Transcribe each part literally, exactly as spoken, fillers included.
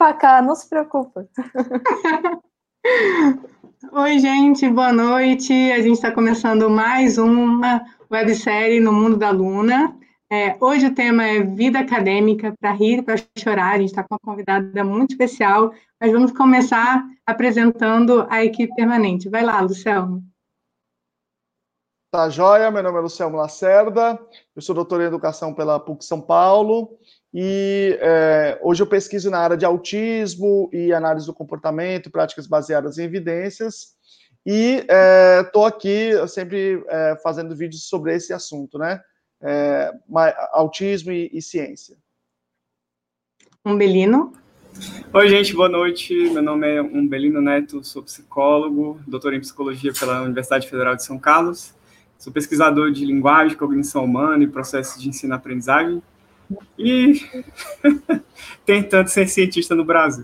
Cacá, não se preocupa. Oi, gente, boa noite. A gente está começando mais uma websérie no Mundo da Luna. É, hoje o tema é Vida Acadêmica, para rir e para chorar. A gente está com uma convidada muito especial, mas vamos começar apresentando a equipe permanente. Vai lá, Luciano. Tá joia, meu nome é Luciano Lacerda, eu sou doutor em Educação pela PUC São Paulo e é, hoje eu pesquiso na área de autismo e análise do comportamento, práticas baseadas em evidências e estou é, aqui sempre é, fazendo vídeos sobre esse assunto, né? É, autismo e, e ciência. Umbelino. Oi, gente, boa noite. Meu nome é Umbelino Neto, sou psicólogo, doutor em psicologia pela Universidade Federal de São Carlos. Sou pesquisador de linguagem, cognição humana e processos de ensino-aprendizagem e tentando ser cientista no Brasil.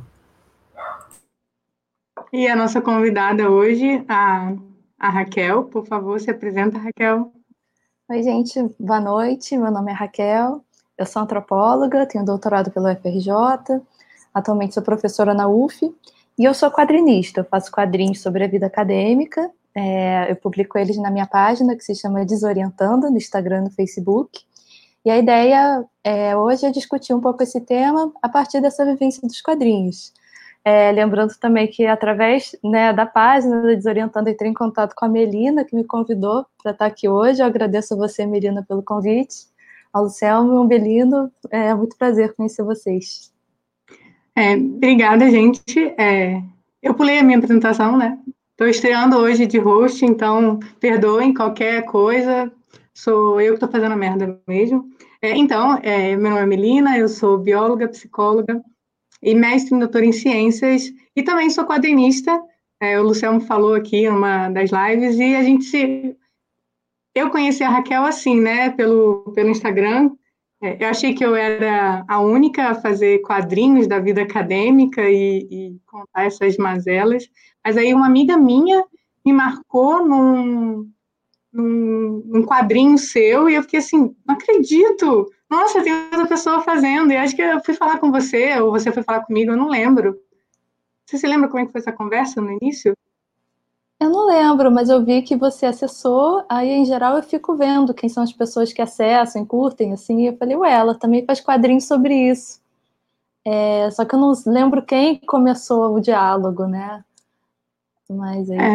E a nossa convidada hoje, a, a Raquel. Por favor, se apresenta, Raquel. Oi, gente, boa noite. Meu nome é Raquel, eu sou antropóloga, tenho doutorado pela U F R J, atualmente sou professora na U F e eu sou quadrinista, eu faço quadrinhos sobre a vida acadêmica. É, eu publico eles na minha página, que se chama Desorientando, no Instagram e no Facebook. E a ideia é, hoje é discutir um pouco esse tema a partir dessa vivência dos quadrinhos. É, lembrando também que, através, né, da página da Desorientando, entrei em contato com a Melina, que me convidou para estar aqui hoje. Eu agradeço a você, Melina, pelo convite. Ao Luciano e ao Umbelino, é muito prazer conhecer vocês. É, obrigada, gente. É, eu pulei a minha apresentação, né? Estou estreando hoje de host, então perdoem qualquer coisa, sou eu que estou fazendo a merda mesmo. É, então, é, meu nome é Melina, eu sou bióloga, psicóloga e mestre e doutora em ciências, e também sou quadrinista. É, o Luciano falou aqui em uma das lives, e a gente se... Eu conheci a Raquel assim, né, pelo, pelo Instagram. É, eu achei que eu era a única a fazer quadrinhos da vida acadêmica e, e contar essas mazelas, mas aí uma amiga minha me marcou num, num, num quadrinho seu e eu fiquei assim, não acredito! Nossa, tem outra pessoa fazendo, e acho que eu fui falar com você, ou você foi falar comigo, eu não lembro. Você se lembra como é que foi essa conversa no início? Eu não lembro, mas eu vi que você acessou, aí em geral eu fico vendo quem são as pessoas que acessam e curtem, assim, e eu falei, ué, ela também faz quadrinhos sobre isso. É, só que eu não lembro quem começou o diálogo, né? Mas aí...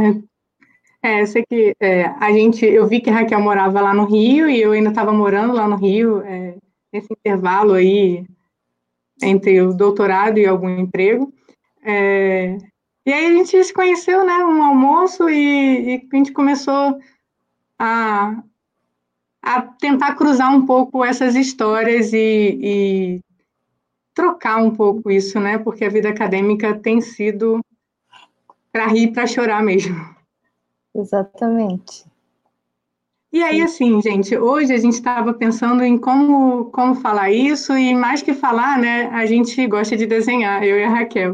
É, é eu sei que é, a gente, eu vi que a Raquel morava lá no Rio e eu ainda estava morando lá no Rio, é, nesse intervalo aí entre o doutorado e algum emprego. É, e aí a gente se conheceu, né, um almoço e, e a gente começou a, a tentar cruzar um pouco essas histórias e, e trocar um pouco isso, né, porque a vida acadêmica tem sido para rir e para chorar mesmo. Exatamente. E aí, assim, gente, hoje a gente estava pensando em como, como falar isso, e mais que falar, né, a gente gosta de desenhar, eu e a Raquel.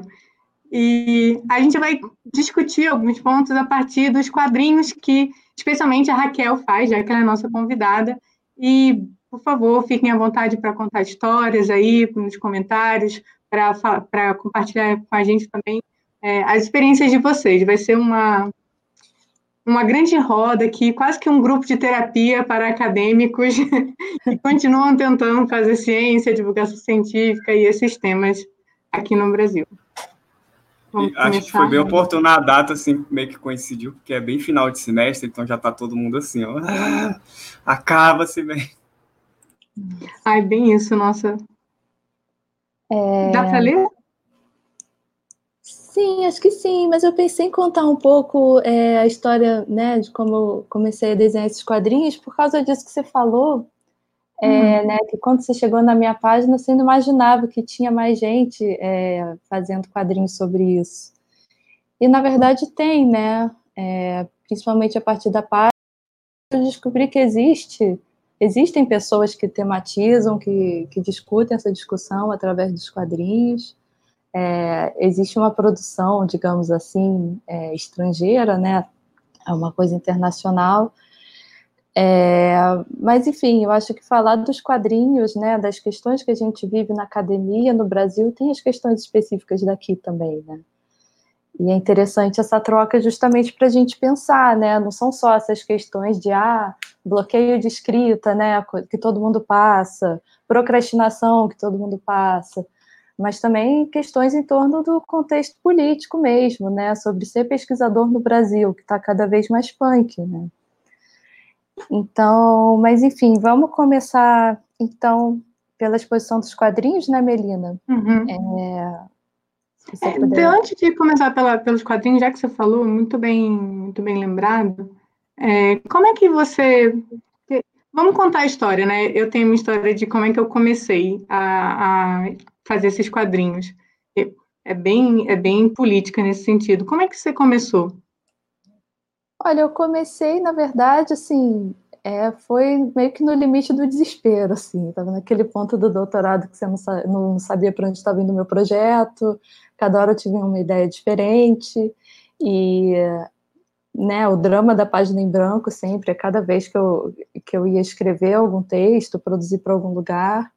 E a gente vai discutir alguns pontos a partir dos quadrinhos que, especialmente, a Raquel faz, já que ela é nossa convidada. E, por favor, fiquem à vontade para contar histórias aí nos comentários, para compartilhar com a gente também é, as experiências de vocês. Vai ser uma, uma grande roda aqui, quase que um grupo de terapia para acadêmicos que continuam tentando fazer ciência, divulgação científica e esses temas aqui no Brasil. Vamos acho começar, que foi bem oportuno a data, assim, meio que coincidiu, porque é bem final de semestre, então já tá todo mundo assim, ó, ah, acaba-se bem. Ai, bem isso, nossa. É... Dá para ler? Sim, acho que sim, mas eu pensei em contar um pouco é, a história, né, de como eu comecei a desenhar esses quadrinhos, por causa disso que você falou, é, hum. né, que quando você chegou na minha página, você não imaginava que tinha mais gente é, fazendo quadrinhos sobre isso. E, na verdade, tem, né, é, principalmente a partir da página, eu descobri que existe, existem pessoas que tematizam, que, que discutem essa discussão através dos quadrinhos. É, existe uma produção, digamos assim, é, estrangeira, né, é uma coisa internacional, É, mas, enfim, eu acho que falar dos quadrinhos, né, das questões que a gente vive na academia, no Brasil, tem as questões específicas daqui também, né? E é interessante essa troca justamente para a gente pensar, né? Não são só essas questões de ah, bloqueio de escrita, né? Que todo mundo passa, procrastinação que todo mundo passa, mas também questões em torno do contexto político mesmo, né? Sobre ser pesquisador no Brasil, que está cada vez mais punk, né? Então, mas enfim, vamos começar então pela exposição dos quadrinhos, né, Melina? Uhum. É, se você É, puder. de- antes de começar pela, pelos quadrinhos, já que você falou, muito bem, muito bem lembrado, é, como é que você... que- Vamos contar a história, né? Eu tenho uma história de como é que eu comecei a, a fazer esses quadrinhos. É é bem, é bem política nesse sentido. Como é que você começou? Olha, eu comecei, na verdade, assim, é, foi meio que no limite do desespero, assim, estava naquele ponto do doutorado que você não, sa- não sabia para onde estava indo o meu projeto, cada hora eu tive uma ideia diferente, e, né, o drama da página em branco sempre, é cada vez que eu, que eu ia escrever algum texto, produzir para algum lugar,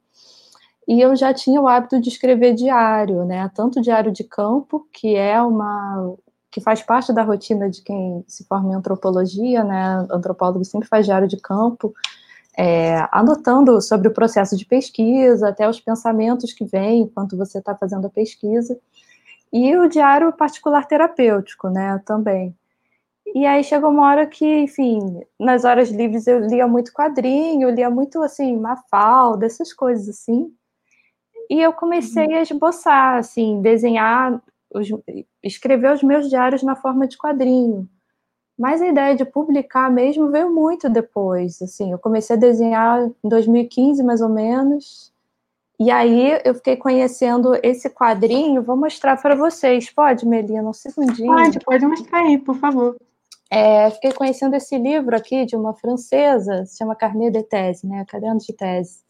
e eu já tinha o hábito de escrever diário, né, tanto diário de campo, que é uma... que faz parte da rotina de quem se forma em antropologia, né, antropólogo sempre faz diário de campo, é, anotando sobre o processo de pesquisa, até os pensamentos que vêm enquanto você está fazendo a pesquisa, e o diário particular terapêutico, né, também. E aí chegou uma hora que, enfim, nas horas livres eu lia muito quadrinho, lia muito, assim, Mafalda, essas coisas, assim, e eu comecei a esboçar, assim, desenhar, os, escrever os meus diários na forma de quadrinho. Mas a ideia de publicar mesmo veio muito depois, assim, eu comecei a desenhar em dois mil e quinze, mais ou menos, e aí eu fiquei conhecendo esse quadrinho, vou mostrar para vocês, pode, Melina, um segundinho? Pode, pode mostrar aí, por favor. É, fiquei conhecendo esse livro aqui de uma francesa, se chama Carnet de Thèse, né, Caderno de Tese,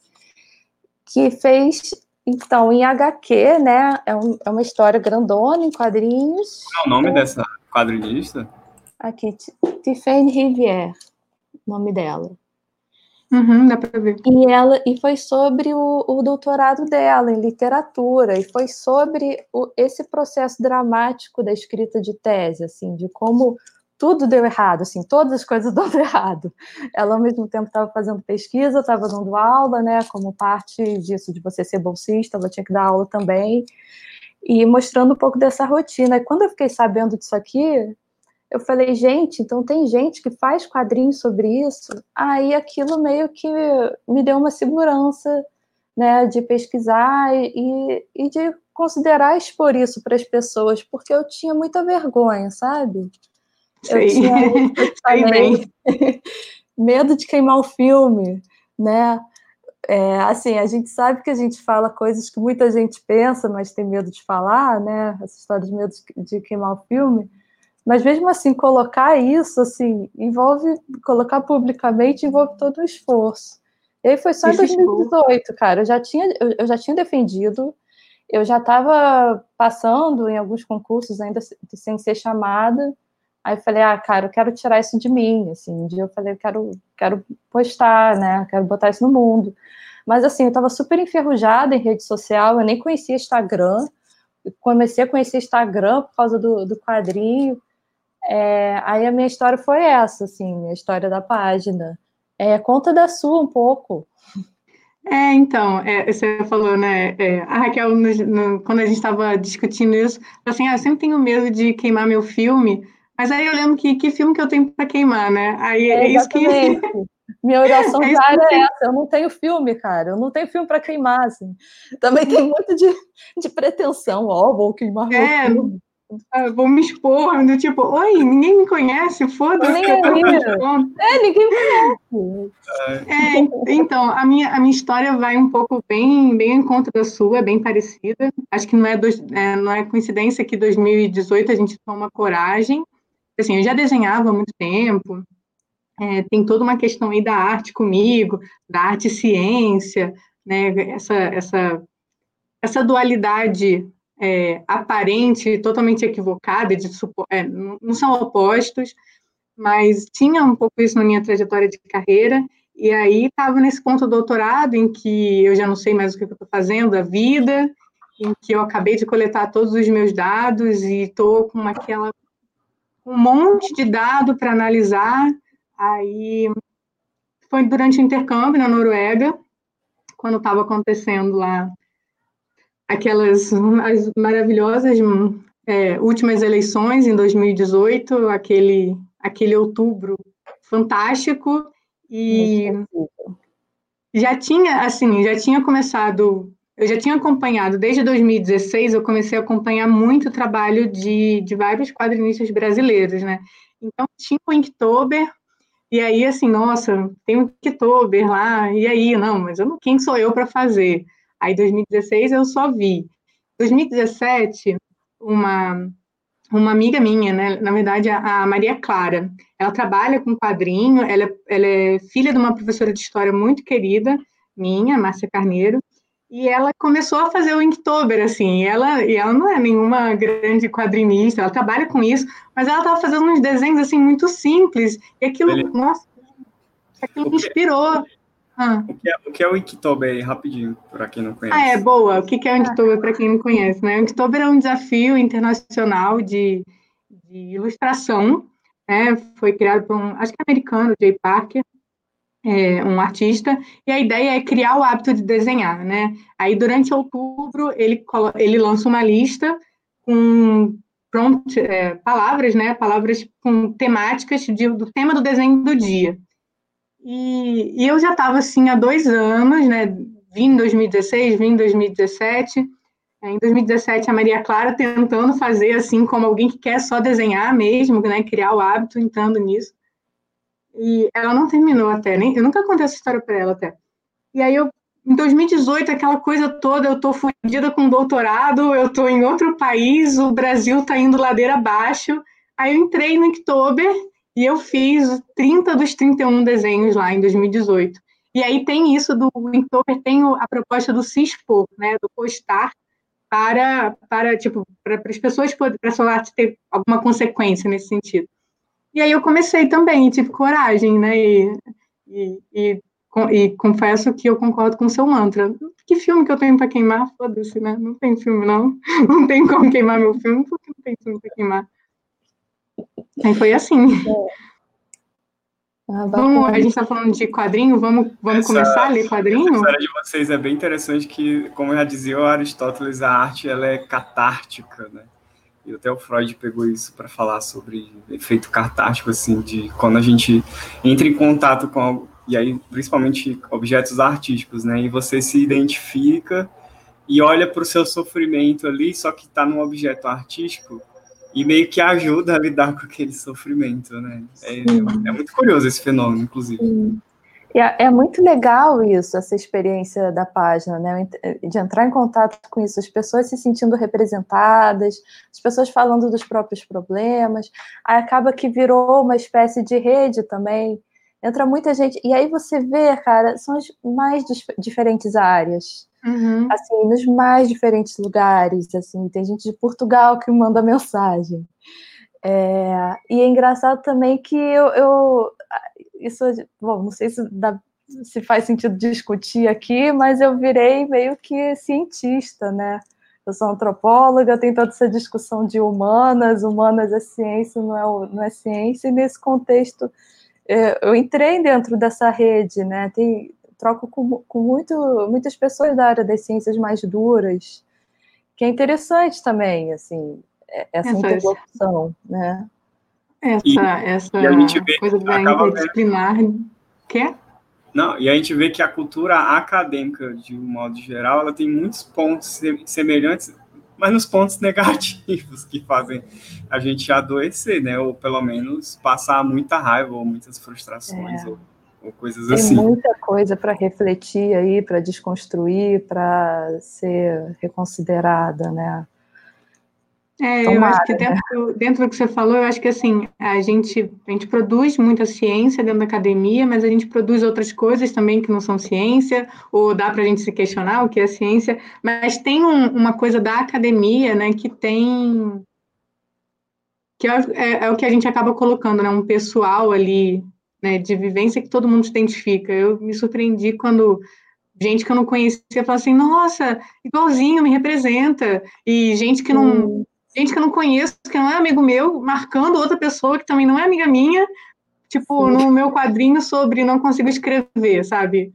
que fez, então, em H Q, né, é, um, é uma história grandona, em quadrinhos. Qual é o nome dessa quadrinista? Aqui, Tiffaine Rivière, o nome dela. Uhum, dá para ver. E, ela, e foi sobre o, o doutorado dela em literatura, e foi sobre o, esse processo dramático da escrita de tese, assim, de como tudo deu errado, assim, todas as coisas dão errado. Ela, ao mesmo tempo, estava fazendo pesquisa, estava dando aula, né, como parte disso de você ser bolsista, ela tinha que dar aula também, e mostrando um pouco dessa rotina. E quando eu fiquei sabendo disso aqui, eu falei, gente, então tem gente que faz quadrinhos sobre isso? Aí aquilo meio que me deu uma segurança, né, de pesquisar e, e de considerar expor isso para as pessoas, porque eu tinha muita vergonha, sabe? Eu Sei, tinha isso que eu te sei falei, bem. medo de queimar o filme, né? É, assim, a gente sabe que a gente fala coisas que muita gente pensa, mas tem medo de falar, né? Essa história de medo de, de queimar o filme. Mas mesmo assim, colocar isso, assim, envolve, colocar publicamente envolve todo o esforço. E aí foi só em Esse expor. dois mil e dezoito, cara, eu já tinha, eu, eu já tinha defendido, eu já estava passando em alguns concursos ainda sem ser chamada, aí eu falei, ah, cara, eu quero tirar isso de mim, assim, um dia eu falei, eu quero, quero postar, né, quero botar isso no mundo. Mas assim, eu estava super enferrujada em rede social, eu nem conhecia Instagram, eu comecei a conhecer Instagram por causa do, do quadrinho. É, aí a minha história foi essa, assim, a história da página. É, conta da sua um pouco. É, então, é, você falou, né? É, a Raquel, no- no- quando a gente estava discutindo isso, falou assim: ah, eu sempre tenho medo de queimar meu filme, mas aí eu lembro que que filme que eu tenho para queimar, né? Aí É, é isso que, exatamente. Minha oração é isso que diária é você. essa. Eu não tenho filme, cara. Eu não tenho filme para queimar, assim. Também tem muito de, de pretensão. Ó, oh, vou queimar meu É, filme. ah, vou me expor, do tipo, oi, ninguém me conhece, Tô foda-se nem que eu tô me aí. expondo. É, ninguém me conhece. É, então, a minha, a minha história vai um pouco bem, bem em conta da sua, é bem parecida. Acho que não é, dois, é, não é coincidência que em dois mil e dezoito a gente toma coragem. Assim, eu já desenhava há muito tempo, é, tem toda uma questão aí da arte comigo, da arte e ciência, né? Essa, essa, essa dualidade é, aparente, totalmente equivocada, de, é, não são opostos, mas tinha um pouco isso na minha trajetória de carreira, e aí estava nesse ponto do doutorado em que eu já não sei mais o que eu estou fazendo da vida, em que eu acabei de coletar todos os meus dados e estou com aquela, um monte de dado para analisar. Aí foi durante o intercâmbio na Noruega, quando estava acontecendo lá aquelas as maravilhosas é, últimas eleições em dois mil e dezoito, aquele, aquele outubro fantástico, e já tinha, assim, já tinha começado, eu já tinha acompanhado, desde dois mil e dezesseis, eu comecei a acompanhar muito o trabalho de, de vários quadrinistas brasileiros, né? Então, tinha o Inktober, e aí, assim, nossa, tem o Inktober lá, e aí, não, mas eu não, quem sou eu para fazer? Aí, dois mil e dezesseis, eu só vi. dois mil e dezessete, uma, uma amiga minha, né, na verdade, a, a Maria Clara, ela trabalha com quadrinho, ela, ela é filha de uma professora de história muito querida, minha, Márcia Carneiro, e ela começou a fazer o Inktober, assim, e ela, e ela não é nenhuma grande quadrinista, ela trabalha com isso, mas ela estava fazendo uns desenhos, assim, muito simples, e aquilo, Beleza. nossa, aquilo O me que, inspirou. Ah. o que é, o que é o Inktober aí, rapidinho, para quem não conhece? Ah, é, boa. O que é o Inktober, para quem não conhece, né? O Inktober é um desafio internacional de, de ilustração, né? Foi criado por um, acho que é americano, Jay Parker, é, um artista, e a ideia é criar o hábito de desenhar, né? Aí, durante outubro, ele, ele lança uma lista com prompt, é, palavras, né? Palavras com temáticas de, do tema do desenho do dia. E, e eu já estava, assim, há dois anos, né? Vim em dois mil e dezesseis, vim em dois mil e dezessete. Em dois mil e dezessete, a Maria Clara tentando fazer, assim, como alguém que quer só desenhar mesmo, né? Criar o hábito, entrando nisso. E ela não terminou até, nem, eu nunca contei essa história para ela até. E aí, eu, em dois mil e dezoito, aquela coisa toda, eu tô fodida com doutorado, eu tô em outro país, o Brasil tá indo ladeira abaixo. Aí eu entrei no Inktober e eu fiz trinta dos trinta e um desenhos lá em dois mil e dezoito. E aí tem isso do Inktober, tem a proposta do se expor, né, do postar para, para tipo, para as pessoas, para a sua arte ter alguma consequência nesse sentido. E aí eu comecei também, tive coragem, né, e, e, e, e confesso que eu concordo com o seu mantra. Que filme que eu tenho para queimar? Foda-se, né? Não tem filme, não. Não tem como queimar meu filme, porque não tem filme para queimar. Aí foi assim. Ah, vamos, a gente está falando de quadrinho, vamos, vamos essa, começar a ler quadrinho? Essa história de vocês é bem interessante, que, como já dizia o Aristóteles, a arte ela é catártica, né? E até o Freud pegou isso para falar sobre efeito catártico, assim, de quando a gente entra em contato com algo, e aí principalmente objetos artísticos, né? E você se identifica e olha para o seu sofrimento ali, só que está num objeto artístico, e meio que ajuda a lidar com aquele sofrimento, né? É, é muito curioso esse fenômeno, inclusive. Sim. E é, é muito legal isso, essa experiência da página, né? De entrar em contato com isso, as pessoas se sentindo representadas, as pessoas falando dos próprios problemas, aí acaba que virou uma espécie de rede também, entra muita gente, e aí você vê, cara, são as mais dif- diferentes áreas, Uhum. assim, nos mais diferentes lugares, assim, tem gente de Portugal que manda mensagem. É, e é engraçado também que eu, eu isso, bom, não sei se, dá, se faz sentido discutir aqui, mas eu virei meio que cientista, né? Eu sou antropóloga, tem toda essa discussão de humanas, humanas é ciência, não é, não é ciência, e nesse contexto eu entrei dentro dessa rede, né? Tem, troco com, com muito, muitas pessoas da área das ciências mais duras, que é interessante também, assim, essa interlocução, né? Essa, E, essa e a gente vê, coisa da interdisciplinar. Quer? Não, e a gente vê que a cultura acadêmica, de um modo geral, ela tem muitos pontos semelhantes, mas nos pontos negativos que fazem a gente adoecer, né? Ou pelo menos passar muita raiva ou muitas frustrações, é. ou, ou coisas tem assim. Tem muita coisa para refletir aí, para desconstruir, para ser reconsiderada, né? É, Tomara, eu acho que dentro, né? dentro do que você falou, eu acho que assim, a gente, a gente produz muita ciência dentro da academia, mas a gente produz outras coisas também que não são ciência, ou dá para a gente se questionar o que é ciência, mas tem um, uma coisa da academia, né, que tem, que é, é, é o que a gente acaba colocando, né? Um pessoal ali, né, de vivência que todo mundo se identifica. Eu me surpreendi quando gente que eu não conhecia fala assim, nossa, igualzinho, me representa. E gente que não, Sim. gente que eu não conheço, que não é amigo meu, marcando outra pessoa que também não é amiga minha, tipo, Sim. no meu quadrinho sobre não consigo escrever, sabe?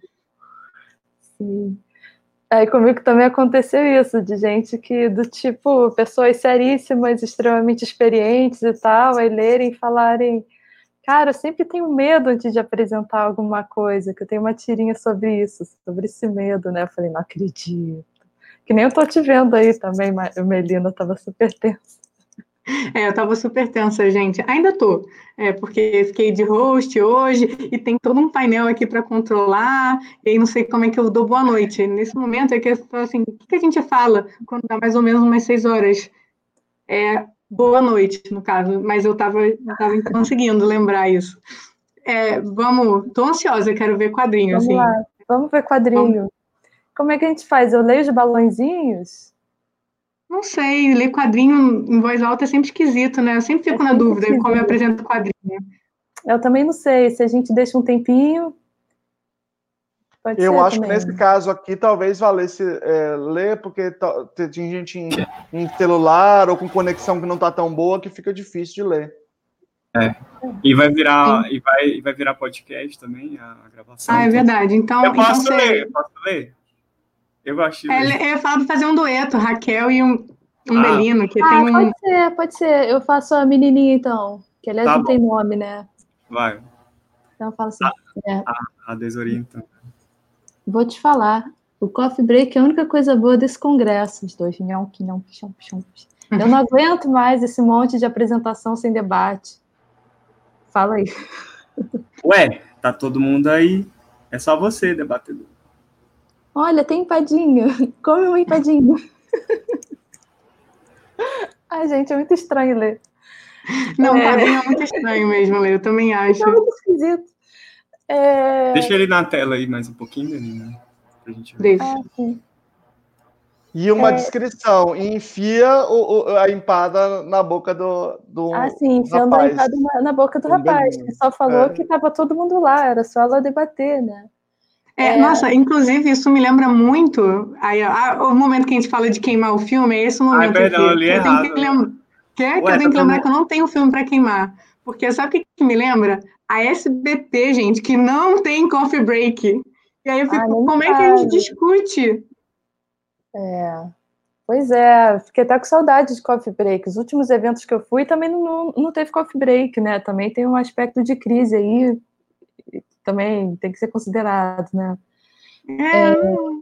Sim. Aí comigo também aconteceu isso, de gente que, do tipo, pessoas seríssimas, extremamente experientes e tal, aí lerem e falarem, cara, eu sempre tenho medo antes de apresentar alguma coisa, que eu tenho uma tirinha sobre isso, sobre esse medo, né? Eu falei, não acredito. Que nem eu tô te vendo aí também, Melina, tava super tensa. É, eu tava super tensa, gente. Ainda tô, é, porque fiquei de host hoje e tem todo um painel aqui para controlar, e aí não sei como é que eu dou boa noite. Nesse momento é que eu falo assim, o que, que a gente fala quando dá mais ou menos umas seis horas? É, boa noite, no caso, mas eu tava, não tava conseguindo lembrar isso. É, vamos, tô ansiosa, quero ver quadrinho, Vamos assim. lá, vamos ver Vamos, quadrinho. Como é que a gente faz? Eu leio os balãozinhos? não sei, ler quadrinho em voz alta é sempre esquisito, né? Eu sempre É fico na sempre dúvida como eu esquisito. apresento quadrinho. Eu também não sei, se a gente deixa um tempinho, pode Eu ser acho que também. nesse caso aqui talvez valesse é, ler, porque tá- tem gente em, em celular ou com conexão que não está tão boa que fica difícil de ler. É. E vai virar, Sim. e vai, e vai virar podcast também, a, a gravação. Ah, é Então, verdade. Então, eu então posso ler, você. eu posso ler. Eu gosto de É, ler. eu ia falar de fazer um dueto, Raquel e um, um Ah, Belino, que tem Ah, um. pode ser, pode ser. Eu faço a menininha, então. Que, aliás, tá não tem bom, nome, né? vai. Então eu falo assim, é, A, a desorienta. vou te falar. O coffee break é a única coisa boa desse congresso. Os dois, nhão, nhão, pichão, pichão. Eu não aguento mais esse monte de apresentação sem debate. Fala aí. Ué, tá todo mundo aí. É só você, debatedor. Olha, tem empadinha. Come uma empadinha. Ai, gente, é muito estranho ler. Não, É, quadrinho é muito estranho mesmo, Lê, eu também acho. é muito esquisito. É... Deixa ele na tela aí mais um pouquinho, Danilo, pra gente ver. Deixa. Ah, sim. E uma É... descrição, e enfia o, o- a empada na boca do, Ah, do sim, enfiando a rapaz, empada na, na boca do um rapaz, que belinho. só falou que É. estava todo mundo lá, era só ela debater, né? É, nossa, inclusive isso me lembra muito. Aí, ah, o momento que a gente fala de queimar o filme, é esse o Ai, momento perdão, eu aqui. li Que eu tenho que errado. lembrar. Que é que eu Ué, tenho tá que todo lembrar que mundo... eu não tenho filme para queimar. Porque sabe o que, que me lembra? A S B T, gente, que não tem coffee break. E aí eu Ah, fico, nem me como é que a gente fale. discute? É, pois é, fiquei até com saudade de coffee break. Os últimos eventos que eu fui também não, não, não teve coffee break, né? Também tem um aspecto de crise aí, também tem que ser considerado, né? É,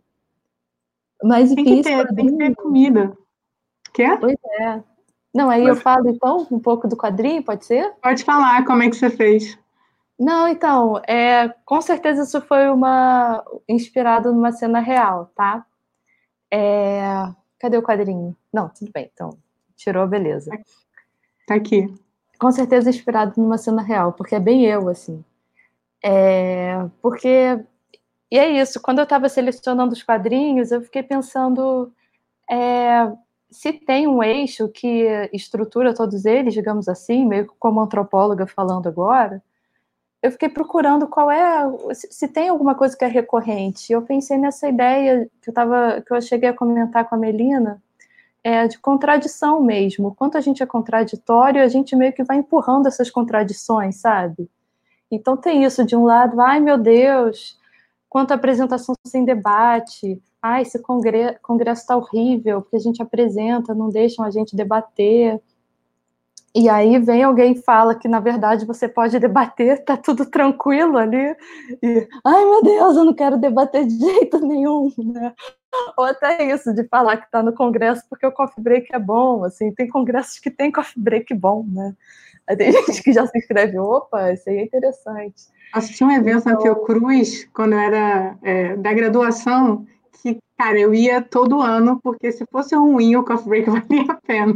Mas tem que enfim, esse ter, tem que ter quadrinho, comida. Quer? pois é. Não, aí eu Mas, falo então um pouco do quadrinho, pode ser? Pode falar como é que você fez. Não, então, é, com certeza isso foi uma inspirado numa cena real, tá? É, cadê o quadrinho? Não, tudo bem, então tirou, beleza. Tá aqui. Com certeza inspirado numa cena real, porque é bem eu, assim. É, porque, e é isso, quando eu estava selecionando os quadrinhos, eu fiquei pensando é, se tem um eixo que estrutura todos eles, digamos assim, meio que como antropóloga falando agora, eu fiquei procurando qual é, se tem alguma coisa que é recorrente. Eu pensei nessa ideia que eu, tava, que eu cheguei a comentar com a Melina, é, de contradição mesmo. Quanto a gente é contraditório, a gente meio que vai empurrando essas contradições, sabe? Então tem isso, de um lado, ai meu Deus, quanto à apresentação sem debate, ai, esse congresso está horrível, porque a gente apresenta, não deixam a gente debater. E aí vem alguém e fala que, na verdade, você pode debater, tá tudo tranquilo ali, e, ai meu Deus, eu não quero debater de jeito nenhum, né? Ou até isso, de falar que tá no congresso porque o coffee break é bom, assim, tem congressos que tem coffee break bom, né? Aí tem gente que já se inscreve, opa, isso aí é interessante. Assisti um evento Então, na Fiocruz, quando eu era é, da graduação, que, cara, eu ia todo ano, porque se fosse ruim, o coffee break valia a pena.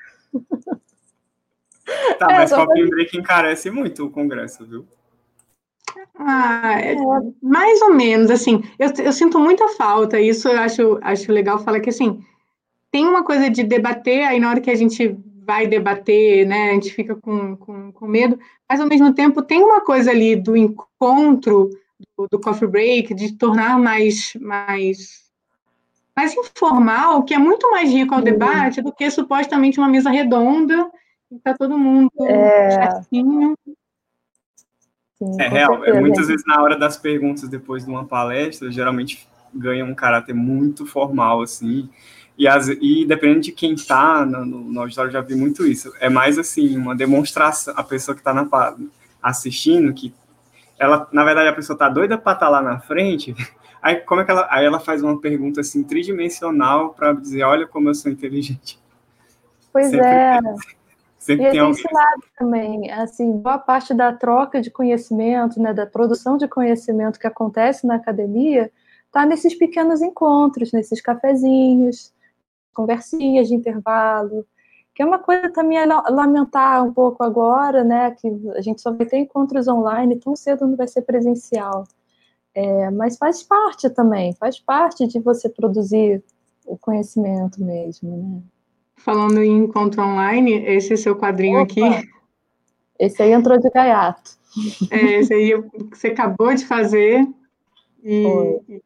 Tá, é, mas só coffee break encarece muito o congresso, viu? Ah, é, mais ou menos, assim, eu, eu sinto muita falta, isso eu acho, acho legal falar que, assim, tem uma coisa de debater, aí na hora que a gente vai debater, né? A gente fica com, com, com medo, mas ao mesmo tempo tem uma coisa ali do encontro, do, do coffee break, de tornar mais, mais, mais informal, que é muito mais rico ao debate do que supostamente uma mesa redonda, e está todo mundo É... chatinho. Sim, é real, é, muitas vezes na hora das perguntas depois de uma palestra, geralmente ganha um caráter muito formal, assim, e, as, e dependendo de quem está no, no auditório, já vi muito isso, é mais assim, uma demonstração, a pessoa que está assistindo, que ela, na verdade, a pessoa está doida para estar tá lá na frente, aí, como é que ela, aí ela faz uma pergunta assim, tridimensional para dizer, olha como eu sou inteligente. Pois Sempre é. tem, sempre e tem tem alguém. esse lado também, assim, boa parte da troca de conhecimento, né, da produção de conhecimento que acontece na academia, está nesses pequenos encontros, nesses cafezinhos, conversinhas de intervalo, que é uma coisa também a lamentar um pouco agora, né, que a gente só vai ter encontros online, tão cedo não vai ser presencial. É, mas faz parte também, faz parte de você produzir o conhecimento mesmo, né? Falando em encontro online, esse seu quadrinho Opa. aqui... Esse aí entrou de gaiato. É, esse aí que você acabou de fazer. E Foi.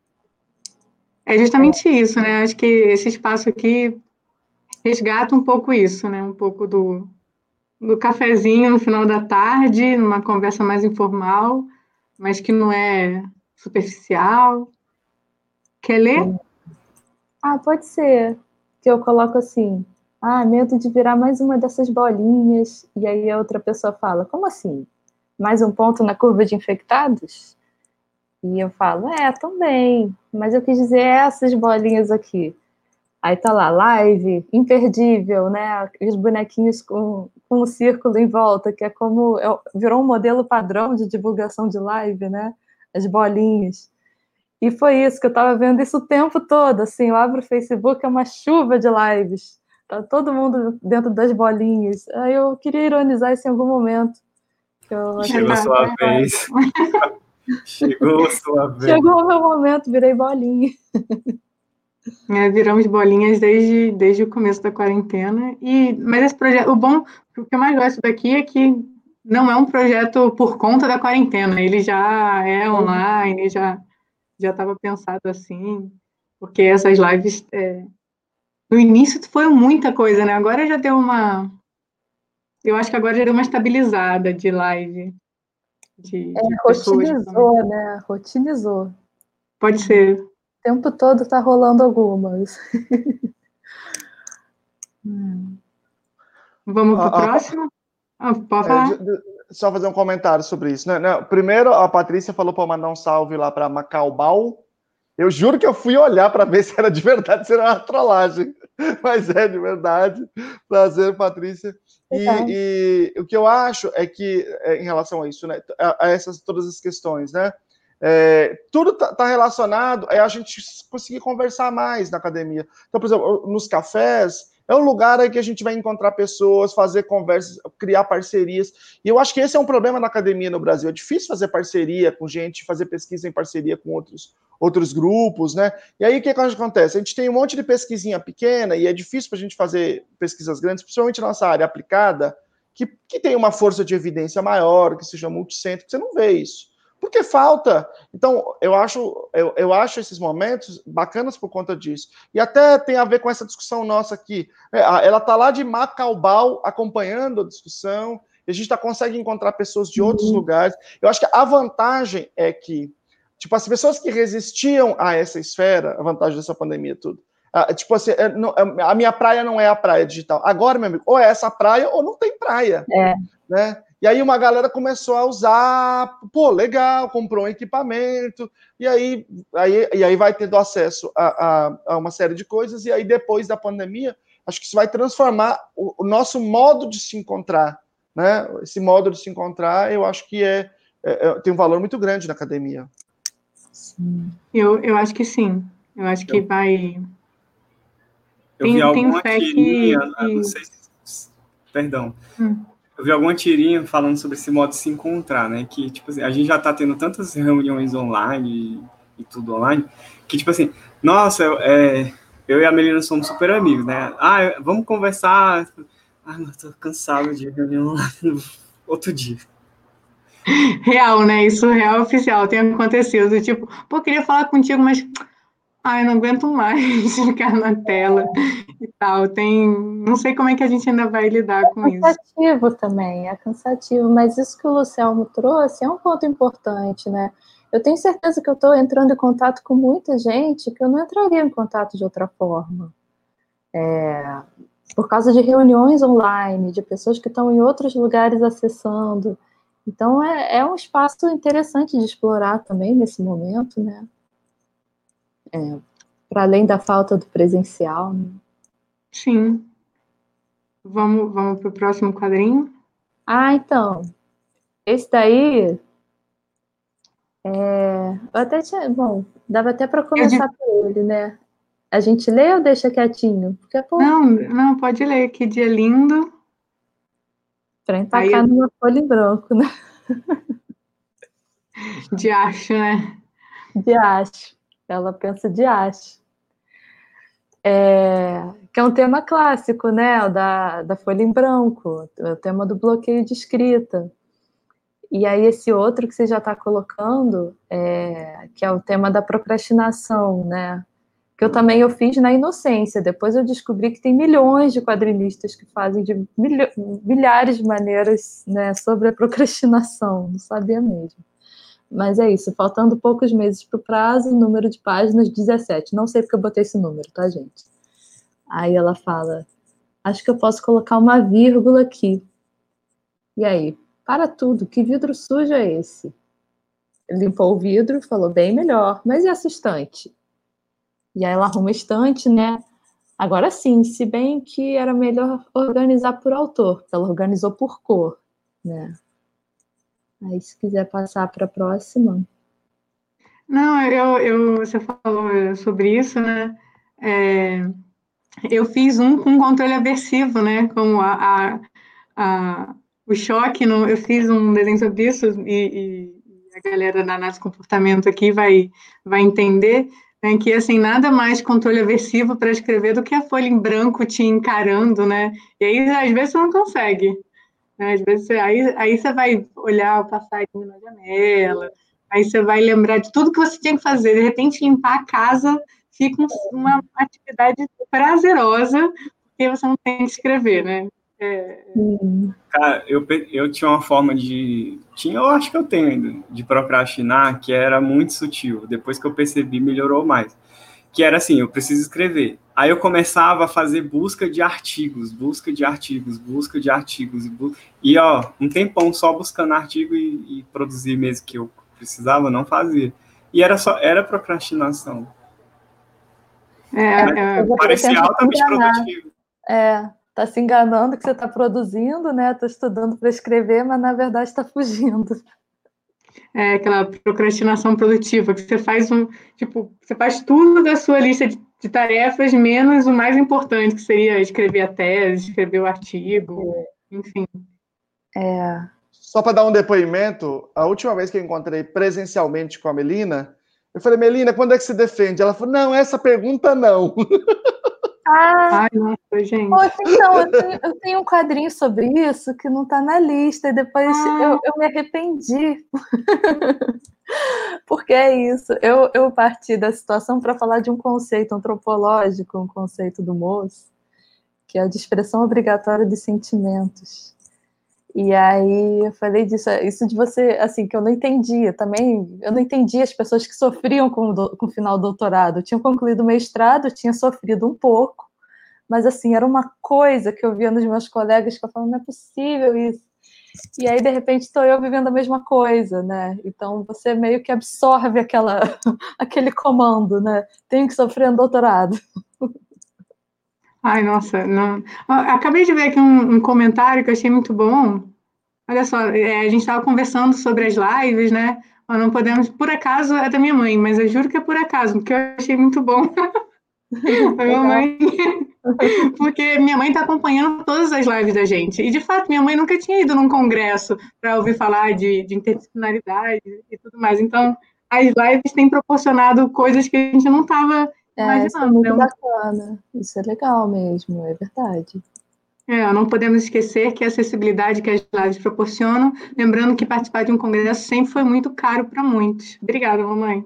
É justamente é. isso, né? Acho que esse espaço aqui resgata um pouco isso, né? Um pouco do, do cafezinho no final da tarde, numa conversa mais informal, mas que não é superficial. Quer ler? Sim. Ah, pode ser. Que eu coloco assim, ah, medo de virar mais uma dessas bolinhas. E aí a outra pessoa fala, como assim? Mais um ponto na curva de infectados? E eu falo, é, também, mas eu quis dizer essas bolinhas aqui. Aí tá lá, live, imperdível, né? Os bonequinhos com, com um círculo em volta, que é como, é, virou um modelo padrão de divulgação de live, né? As bolinhas. E foi isso, que eu tava vendo isso o tempo todo, assim, eu abro o Facebook, é uma chuva de lives. Tá todo mundo dentro das bolinhas. Aí eu queria ironizar isso em algum momento. Eu Chegou a sua vez. Chegou a sua vez. Chegou o meu momento, virei bolinha. É, viramos bolinhas desde, desde o começo da quarentena. E, mas esse projeto, o bom, o que eu mais gosto daqui é que não é um projeto por conta da quarentena, ele já é online, já já estava pensado assim, porque essas lives, é, no início foi muita coisa, né? Agora já deu uma, eu acho que agora já deu uma estabilizada de live. De, é, de rotinizou, né? Rotinizou. Pode ser. O tempo todo tá rolando algumas. hum. Vamos para o ah, próximo? Ah, pode falar. É, só fazer um comentário sobre isso. Né? Não, primeiro, a Patrícia falou para mandar um salve lá para Macaubal. Eu juro que eu fui olhar para ver se era de verdade, se era uma trollagem. Mas é de verdade. Prazer, Patrícia. E, e o que eu acho é que, é, em relação a isso, né, a, a essas todas as questões, né, é, tudo está tá relacionado a a gente conseguir conversar mais na academia. Então, por exemplo, nos cafés, é um lugar aí que a gente vai encontrar pessoas, fazer conversas, criar parcerias. E eu acho que esse é um problema na academia no Brasil. É difícil fazer parceria com gente, fazer pesquisa em parceria com outros, outros grupos, né? E aí o que, que acontece? A gente tem um monte de pesquisinha pequena e é difícil para a gente fazer pesquisas grandes, principalmente na nossa área aplicada, que, que tem uma força de evidência maior, que seja multicêntrico, você não vê isso. Porque falta. Então, eu acho, eu, eu acho esses momentos bacanas por conta disso. E até tem a ver com essa discussão nossa aqui. Ela está lá de Macaubal acompanhando a discussão, e a gente tá, consegue encontrar pessoas de outros uhum. lugares. Eu acho que a vantagem é que, tipo, as pessoas que resistiam a essa esfera, a vantagem dessa pandemia tudo, ah, tipo assim, é, não, a minha praia não é a praia digital. Agora, meu amigo, ou é essa praia ou não tem praia. É. Né? E aí uma galera começou a usar, pô, legal, comprou um equipamento, e aí, aí, e aí vai tendo acesso a, a, a uma série de coisas, e aí depois da pandemia, acho que isso vai transformar o, o nosso modo de se encontrar, né? Esse modo de se encontrar, eu acho que é, é, é tem um valor muito grande na academia. Sim. Eu, eu acho que sim, eu acho que eu, vai... Eu tem, vi alguma tirinha, que... não sei se... Perdão. Hum. Eu vi alguma tirinha falando sobre esse modo de se encontrar, né? Que, tipo assim, a gente já tá tendo tantas reuniões online e, e tudo online, que, tipo assim, nossa, eu, é, eu e a Melina somos super amigos, né? Ah, vamos conversar. Ah, mas tô cansado de reunião lá no outro dia. Real, né? Isso real oficial tem acontecido. Tipo, pô, queria falar contigo, mas ai, não aguento mais ficar na tela e tal. Tem, não sei como é que a gente ainda vai lidar com É isso. cansativo também, é cansativo, mas isso que o Luciano trouxe é um ponto importante, né? Eu tenho certeza que eu estou entrando em contato com muita gente que eu não entraria em contato de outra forma. É, por causa de reuniões online, de pessoas que estão em outros lugares acessando. Então, é, é um espaço interessante de explorar também nesse momento, né? É, para além da falta do presencial. Né? Sim. Vamos, vamos para o próximo quadrinho? Ah, então. Esse daí. É, eu até tinha. Bom, dava até para começar de... por ele, né? A gente lê ou deixa quietinho? Porque, pô, não, não, pode ler. Que dia lindo. para empacar Aí, numa folha em branco, né? De acho, né? De acho. Ela pensa de acho. É, que é um tema clássico, né? O da, da folha em branco, o tema do bloqueio de escrita. E aí esse outro que você já está colocando, é, que é o tema da procrastinação, né? Que eu também eu fiz na inocência. Depois eu descobri que tem milhões de quadrinistas que fazem de milho, milhares de maneiras, né, sobre a procrastinação. Não sabia mesmo. Mas é isso, faltando poucos meses para o prazo, número de páginas dezessete. Não sei porque eu botei esse número, tá, gente? Aí ela fala, acho que eu posso colocar uma vírgula aqui. E aí? Para tudo, que vidro sujo é esse? Limpou o vidro, falou, bem melhor. Mas e essa estante? E aí ela arruma a estante, né? Agora sim, se bem que era melhor organizar por autor, ela organizou por cor, né? Aí se quiser passar para a próxima... Não, eu, eu, você falou sobre isso, né? É, eu fiz um com controle aversivo, né? Como a, a, a, o choque, no, eu fiz um desenho sobre isso e, e a galera da análise de comportamento aqui vai, vai entender, né, que assim, nada mais controle aversivo para escrever do que a folha em branco te encarando, né? E aí, às vezes, você não consegue. Né? Às vezes, você, aí, aí você vai olhar o passarinho na janela, aí você vai lembrar de tudo que você tinha que fazer. De repente, limpar a casa fica uma atividade prazerosa, porque você não tem que escrever, né? É... Cara, eu, eu tinha uma forma de... Tinha, eu acho que eu tenho ainda, de procrastinar, que era muito sutil. Depois que eu percebi, melhorou mais. Que era assim, eu preciso escrever. Aí eu começava a fazer busca de artigos, busca de artigos, busca de artigos. Bu... E, ó, um tempão só buscando artigo e, e produzir mesmo que eu precisava, não fazia. E era só, era procrastinação. É, é, parecia altamente produtivo. É, tá se enganando que você está produzindo, né? Tô estudando para escrever, mas na verdade está fugindo. É aquela procrastinação produtiva, que você faz um, tipo, você faz tudo da sua lista de, de tarefas, menos o mais importante, que seria escrever a tese, escrever o artigo, enfim. É. Só para dar um depoimento, a última vez que eu encontrei presencialmente com a Melina, eu falei, Melina, quando é que se defende? Ela falou, não, essa pergunta não. Ah, Ai, nossa, gente. Poxa, então, eu tenho, eu tenho um quadrinho sobre isso que não está na lista, e depois ah. eu, eu me arrependi. Porque é isso, eu, eu parti da situação para falar de um conceito antropológico, um conceito do Mauss, que é a de expressão obrigatória de sentimentos. E aí eu falei disso, isso de você, assim, que eu não entendia também, eu não entendia as pessoas que sofriam com, do, com o final do doutorado. Eu tinha concluído o mestrado, tinha sofrido um pouco, mas assim, era uma coisa que eu via nos meus colegas que eu falava, não é possível isso. E aí, de repente, estou eu vivendo a mesma coisa, né? Então, você meio que absorve aquela, aquele comando, né? Tenho que sofrer um doutorado. Ai, nossa, não. Acabei de ver aqui um, um comentário que eu achei muito bom. Olha só, é, a gente estava conversando sobre as lives, né? Nós não podemos, por acaso, é da minha mãe, mas eu juro que é por acaso, porque eu achei muito bom. A minha mãe, porque minha mãe está acompanhando todas as lives da gente. E, de fato, minha mãe nunca tinha ido num congresso para ouvir falar de, de interdisciplinaridade e tudo mais. Então, as lives têm proporcionado coisas que a gente não estava é, imaginando. Isso é muito então, bacana. Isso é legal mesmo, é verdade. É, não podemos esquecer que a acessibilidade que as lives proporcionam, lembrando que participar de um congresso sempre foi muito caro para muitos. Obrigada, mamãe.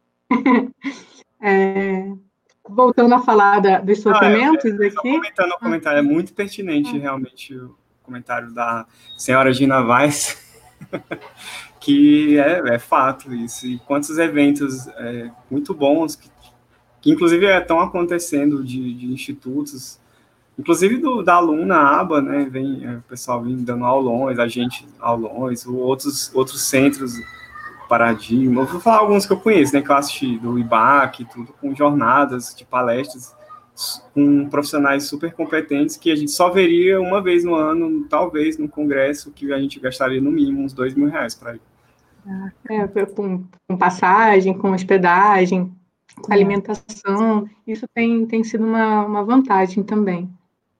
É, voltando a falar da, dos Não, é, sofrimentos é, só aqui. comentando o comentário, é muito pertinente realmente o comentário da senhora Gina Weiss, que é, é fato isso. E quantos eventos é, muito bons, que, que inclusive estão acontecendo de, de institutos, inclusive do, da aluna aba, né, vem é, o pessoal vindo dando aulões, a gente aulões, outros, outros centros, Paradigma, eu vou falar alguns que eu conheço, né, que eu assisti, do I B A C, tudo com jornadas de palestras, com profissionais super competentes, que a gente só veria uma vez no ano, talvez, num congresso, que a gente gastaria no mínimo uns dois mil reais para ir. É, com, com passagem, com hospedagem, com alimentação, isso tem, tem sido uma, uma vantagem também.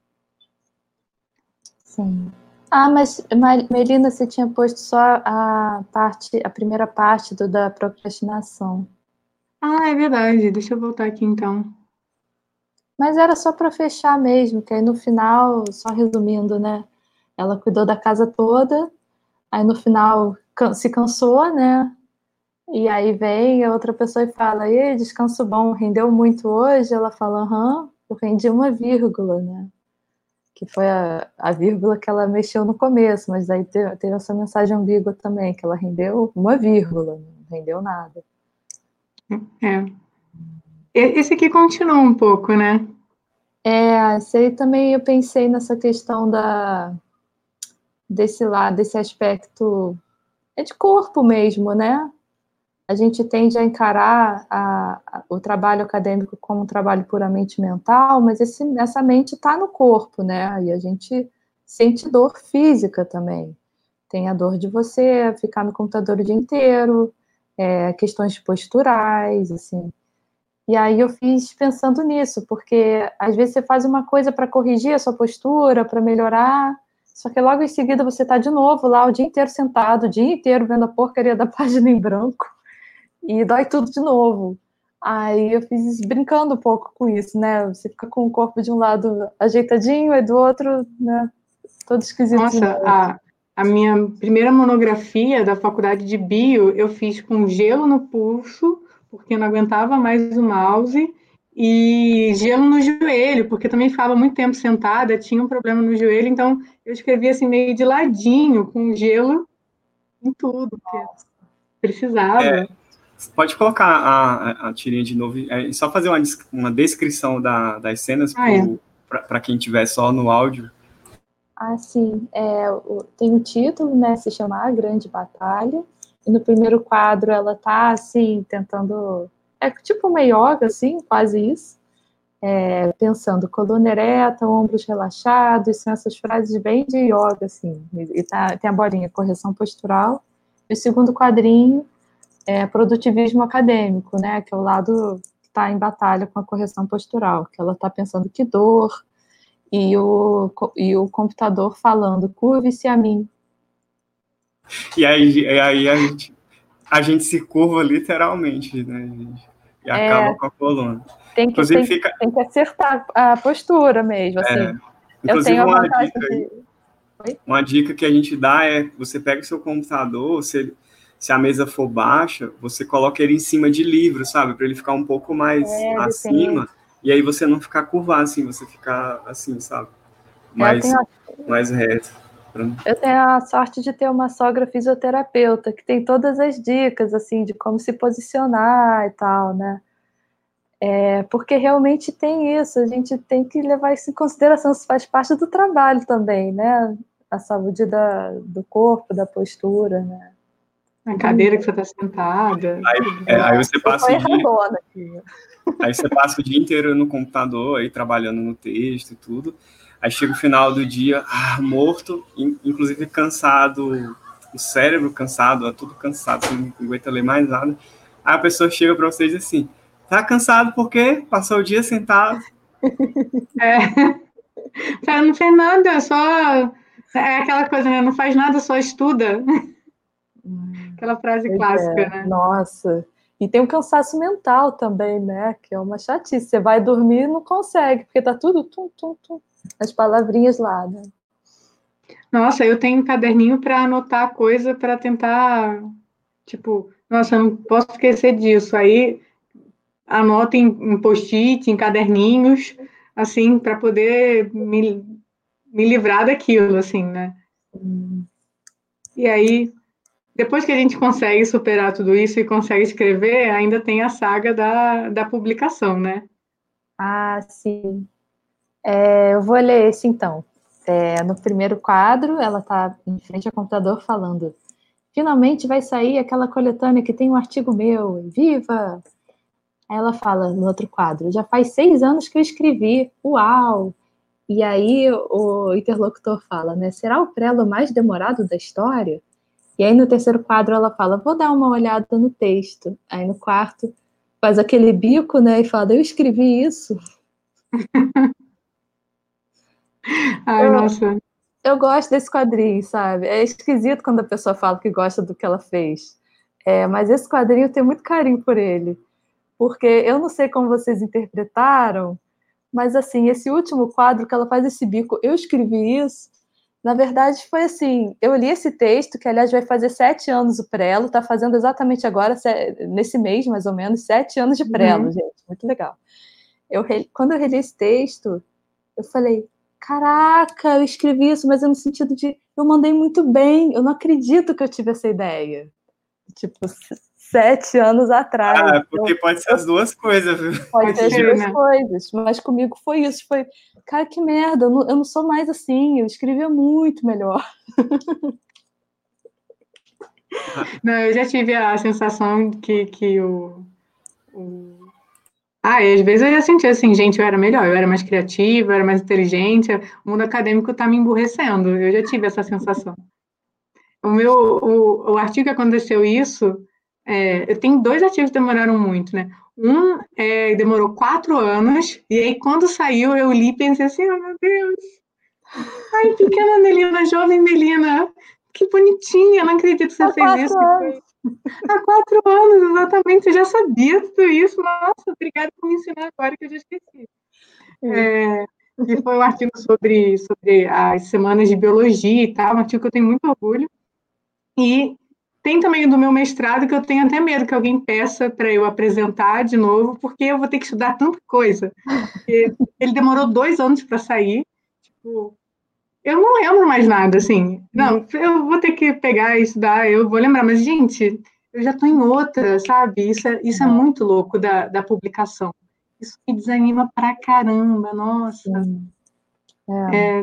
Sim. Ah, mas Melina, você tinha posto só a parte, a primeira parte do, da procrastinação. Ah, é verdade. Deixa eu voltar aqui então. Mas era só para fechar mesmo, que aí no final, só resumindo, né? Ela cuidou da casa toda, aí no final se cansou, né? E aí vem a outra pessoa e fala, e descanso bom, rendeu muito hoje? Ela fala, aham, eu rendi uma vírgula, né? Que foi a, a vírgula que ela mexeu no começo, mas aí teve, teve essa mensagem ambígua também, que ela rendeu uma vírgula, não rendeu nada. É. Esse aqui continua um pouco, né? É, esse aí também eu pensei nessa questão da, desse lado, desse aspecto, é de corpo mesmo, né? A gente tende a encarar a, a, o trabalho acadêmico como um trabalho puramente mental, mas esse, essa mente está no corpo, né? E a gente sente dor física também. Tem a dor de você ficar no computador o dia inteiro, é, questões posturais, assim. E aí eu fiz pensando nisso, porque às vezes você faz uma coisa para corrigir a sua postura, para melhorar, só que logo em seguida você está de novo lá o dia inteiro sentado, o dia inteiro vendo a porcaria da página em branco, e dói tudo de novo. Aí eu fiz brincando um pouco com isso, né? Você fica com o corpo de um lado ajeitadinho e do outro, né, todo esquisito. Nossa, a, a minha primeira monografia da faculdade de bio eu fiz com gelo no pulso, porque eu não aguentava mais o mouse, e gelo no joelho, porque também ficava muito tempo sentada, tinha um problema no joelho, então eu escrevia assim meio de ladinho, com gelo em tudo, porque precisava. É, pode colocar a, a, a tirinha de novo, é só fazer uma, uma descrição da, das cenas Ah, é. para quem estiver só no áudio. Ah, sim. É, o, tem o título, né? Se chama A Grande Batalha. E no primeiro quadro ela tá, assim, tentando... É tipo uma yoga, assim, quase isso. É, pensando, coluna ereta, ombros relaxados. São essas frases bem de yoga, assim. E tá, tem a bolinha, correção postural. E o segundo quadrinho é produtivismo acadêmico, né? Que é o lado que está em batalha com a correção postural. Que ela está pensando que dor... E o, e o computador falando, curve-se a mim. E aí, e aí a, gente, a gente se curva literalmente, né, gente? E É, acaba com a coluna. Tem que, inclusive, tem, fica, tem que acertar a postura mesmo, assim. é, Eu tenho a uma vantagem dica, de... Oi? Uma dica que a gente dá é, você pega o seu computador, se, se a mesa for baixa, você coloca ele em cima de livro, sabe? Para ele ficar um pouco mais É, acima, depende. e aí você não ficar curvado assim, você ficar assim, sabe? Mais, Eu tenho, mais reto. eu tenho a sorte de ter uma sogra fisioterapeuta que tem todas as dicas, assim, de como se posicionar e tal, né? É, porque realmente tem isso, a gente tem que levar isso em consideração, isso faz parte do trabalho também, né? A saúde da, do corpo, da postura, né? A cadeira que você está sentada. Aí, é, aí você passa o dia, aqui. aí você passa o dia inteiro no computador, aí trabalhando no texto e tudo. Aí chega o final do dia, ah, morto, inclusive cansado, o cérebro cansado, tudo cansado, você não aguenta ler mais nada. Aí a pessoa chega para você e diz assim, tá cansado porque passou o dia sentado. É. Não fez nada, só... É aquela coisa, né? Não faz nada, só estuda. Hum, aquela frase clássica, é. Né? Nossa. E tem um cansaço mental também, né? Que é uma chatice. Você vai dormir e não consegue, porque tá tudo tum, tum, tum. as palavrinhas lá, né? Nossa, eu tenho um caderninho para anotar coisa para tentar, tipo, nossa, eu não posso esquecer disso. Aí anoto em, em post-it, em caderninhos, assim, para poder me, me livrar daquilo, assim, né? Hum. E aí, depois que a gente consegue superar tudo isso e consegue escrever, ainda tem a saga da, da publicação, né? Ah, sim. É, eu vou ler esse então. É, no primeiro quadro, ela está em frente ao computador falando: finalmente vai sair aquela coletânea que tem um artigo meu, viva! Aí ela fala no outro quadro: já faz seis anos que eu escrevi, uau! E aí o interlocutor fala, né? Será o prelo mais demorado da história? E aí no terceiro quadro ela fala: vou dar uma olhada no texto. Aí no quarto faz aquele bico, né? E fala: eu escrevi isso. Ai, Eu, nossa. eu gosto desse quadrinho, sabe? É esquisito quando a pessoa fala que gosta do que ela fez. É, mas esse quadrinho eu tenho muito carinho por ele. Porque eu não sei como vocês interpretaram, mas assim, esse último quadro que ela faz esse bico, eu escrevi isso. Na verdade, foi assim: eu li esse texto, que aliás vai fazer sete anos o prelo, está fazendo exatamente agora, nesse mês, mais ou menos, sete anos de prelo, uhum. Gente, muito legal. Eu, quando eu reli esse texto, eu falei: caraca, eu escrevi isso, mas é no sentido de, eu mandei muito bem, eu não acredito que eu tive essa ideia. Tipo, sete anos atrás. Ah, porque eu, pode ser eu, as duas coisas, viu? Pode ser as duas né? coisas, mas comigo foi isso, foi, cara, que merda, eu não, eu não sou mais assim, eu escrevia muito melhor. Não, eu já tive a sensação que, que o, o... Ah, e às vezes eu já senti assim, gente, eu era melhor, eu era mais criativa, eu era mais inteligente, o mundo acadêmico tá me emburrecendo, eu já tive essa sensação. O meu, o, o artigo que aconteceu isso, é, eu tenho dois artigos que demoraram muito, né? Um é, demorou quatro anos, e aí quando saiu eu li e pensei assim, oh meu Deus, ai, pequena Melina, jovem Melina, que bonitinha, não acredito que você Há fez isso. Foi... Há quatro anos, exatamente, eu já sabia tudo isso, nossa, obrigada por me ensinar agora que eu já esqueci. É, e foi um artigo sobre, sobre as semanas de biologia e tal, um artigo que eu tenho muito orgulho. E tem também o do meu mestrado, que eu tenho até medo que alguém peça para eu apresentar de novo, porque eu vou ter que estudar tanta coisa. Porque ele demorou dois anos para sair. Tipo, eu não lembro mais nada, assim. Não, eu vou ter que pegar e estudar, eu vou lembrar. Mas, gente, eu já estou em outra, sabe? Isso é, isso é muito louco da, da publicação. Isso me desanima pra caramba, nossa. É. É,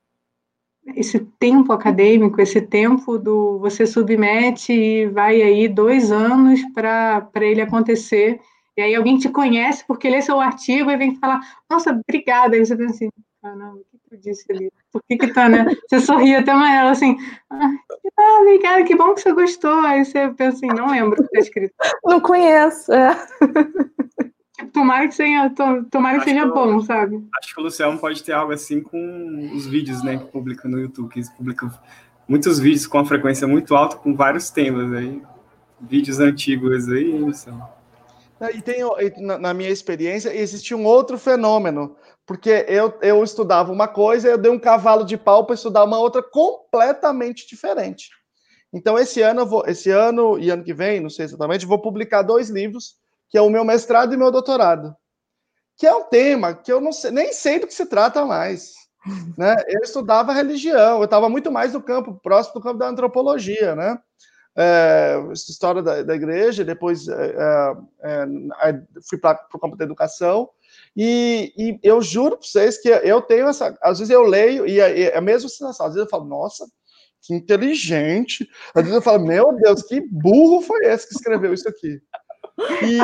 esse tempo acadêmico, esse tempo do você submete e vai aí dois anos para ele acontecer, e aí alguém te conhece porque lê seu artigo e vem falar, nossa, obrigada, aí você pensa assim, ah, não, o que eu disse ali? Por que que tá, né? Você sorri até amarelo, assim, ah, obrigada, que bom que você gostou, aí você pensa assim, não lembro o que está escrito. Não conheço, é. Tomara que seja, tomara que seja que bom, eu, sabe? Acho que o Luciano pode ter algo assim com os vídeos, né, que publica no YouTube, que eles publicam muitos vídeos com uma frequência muito alta, com vários temas aí, vídeos antigos aí, Luciano. E tem, na minha experiência, existe um outro fenômeno, porque eu, eu estudava uma coisa e eu dei um cavalo de pau para estudar uma outra completamente diferente. Então, esse ano, eu vou, esse ano e ano que vem, não sei exatamente, vou publicar dois livros, que é o meu mestrado e meu doutorado, que é um tema que eu não sei, nem sei do que se trata mais. Né? Eu estudava religião, eu estava muito mais no campo, próximo do campo da antropologia, né? É, história da, da igreja, depois é, é, fui para o campo da educação, e, e eu juro para vocês que eu tenho essa, às vezes eu leio, e é, é a mesma sensação, às vezes eu falo, nossa, que inteligente, às vezes eu falo, meu Deus, que burro foi esse que escreveu isso aqui? E,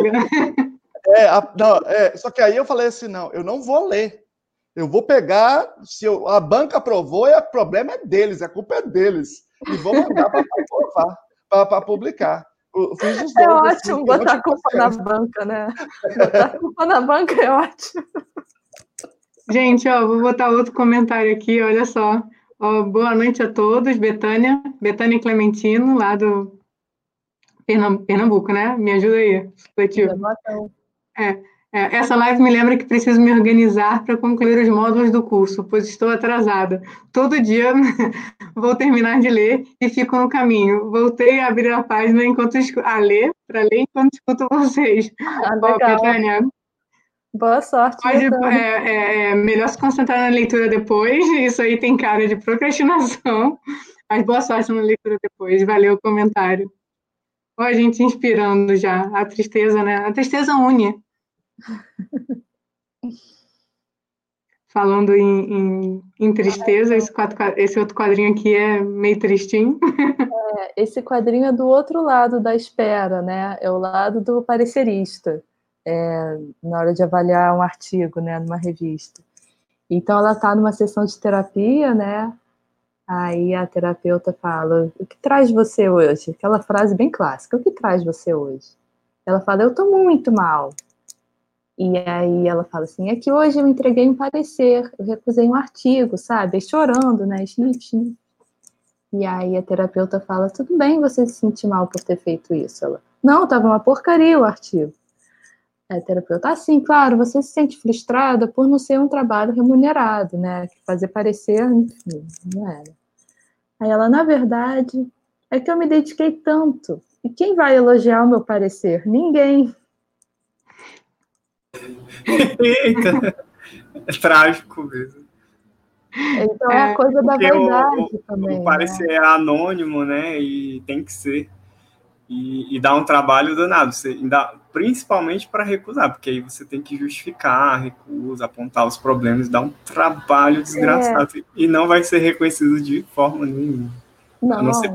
é, a, não, é, só que aí eu falei assim, não, eu não vou ler, eu vou pegar, se eu, a banca aprovou, o problema é deles, a culpa é deles. E vou mandar para aprovar, para publicar. Eu fiz os dois. É ótimo assim, botar a culpa na banca, né? Botar a culpa na banca é ótimo. Gente, ó, vou botar outro comentário aqui, olha só. Ó, boa noite a todos, Betânia, Betânia Clementino, lá do Pernambuco, né? Me ajuda aí, supletivo. É. É, essa live me lembra que preciso me organizar para concluir os módulos do curso, pois estou atrasada. Todo dia vou terminar de ler e fico no caminho. Voltei a abrir a página enquanto escu- a ler, para ler enquanto escuto vocês. Ah, Ó, legal. Betânia, Boa sorte, pode, Betânia. é, é, é melhor se concentrar na leitura depois, isso aí tem cara de procrastinação, mas boa sorte na leitura depois. Valeu o comentário. Ó, a gente inspirando já. A tristeza, né? A tristeza une. Falando em, em, em tristeza, esse, quadro, esse outro quadrinho aqui é meio tristinho. É, esse quadrinho é do outro lado da espera, né? É o lado do parecerista, é, na hora de avaliar um artigo, né, numa revista. Então, ela está numa sessão de terapia, né? Aí a terapeuta fala: o que traz você hoje? Aquela frase bem clássica: o que traz você hoje? Ela fala: eu estou muito mal. E aí ela fala assim: é que hoje eu entreguei um parecer, eu recusei um artigo, sabe? Chorando, né? Snip, E aí a terapeuta fala: tudo bem você se sentir mal por ter feito isso. Ela: não, estava uma porcaria o artigo. Aí a terapeuta: ah, sim, claro, você se sente frustrada por não ser um trabalho remunerado, né? Fazer parecer, enfim, não era. Aí ela: na verdade, é que eu me dediquei tanto. E quem vai elogiar o meu parecer? Ninguém. Eita, é trágico mesmo. Então é a coisa da Porque vaidade o, o, também, o parecer né? é anônimo, né? E tem que ser. E, e dá um trabalho danado, você, ainda, principalmente para recusar, porque aí você tem que justificar a recusa, apontar os problemas, dá um trabalho desgraçado. É. E não vai ser reconhecido de forma nenhuma. Não. A não ser...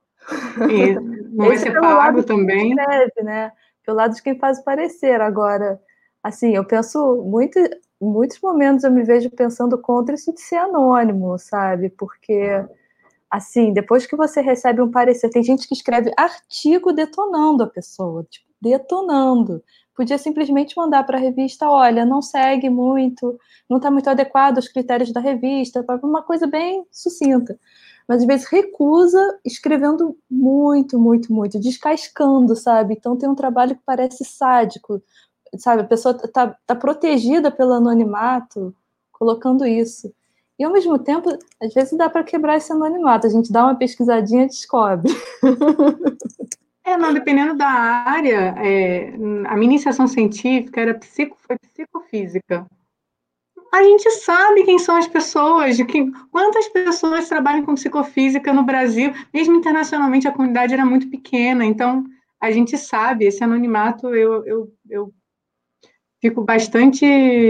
E não vai Esse ser é pago lado também. De quem escreve, né? Pelo lado de quem faz o parecer. Agora, assim, eu penso muito, muitos momentos eu me vejo pensando contra isso de ser anônimo, sabe? Porque, assim, depois que você recebe um parecer, tem gente que escreve artigo detonando a pessoa, tipo, detonando. Podia simplesmente mandar para a revista: olha, não segue muito, não está muito adequado aos critérios da revista, uma coisa bem sucinta. Mas às vezes recusa, escrevendo muito, muito, muito, descascando, sabe? Então tem um trabalho que parece sádico, sabe? A pessoa está tá protegida pelo anonimato, colocando isso. E ao mesmo tempo, às vezes dá para quebrar esse anonimato, a gente dá uma pesquisadinha e descobre. É, não, dependendo da área, é, a minha iniciação científica era psico, foi psicofísica. A gente sabe quem são as pessoas, de que, quantas pessoas trabalham com psicofísica no Brasil, mesmo internacionalmente a comunidade era muito pequena, então a gente sabe, esse anonimato eu, eu, eu fico bastante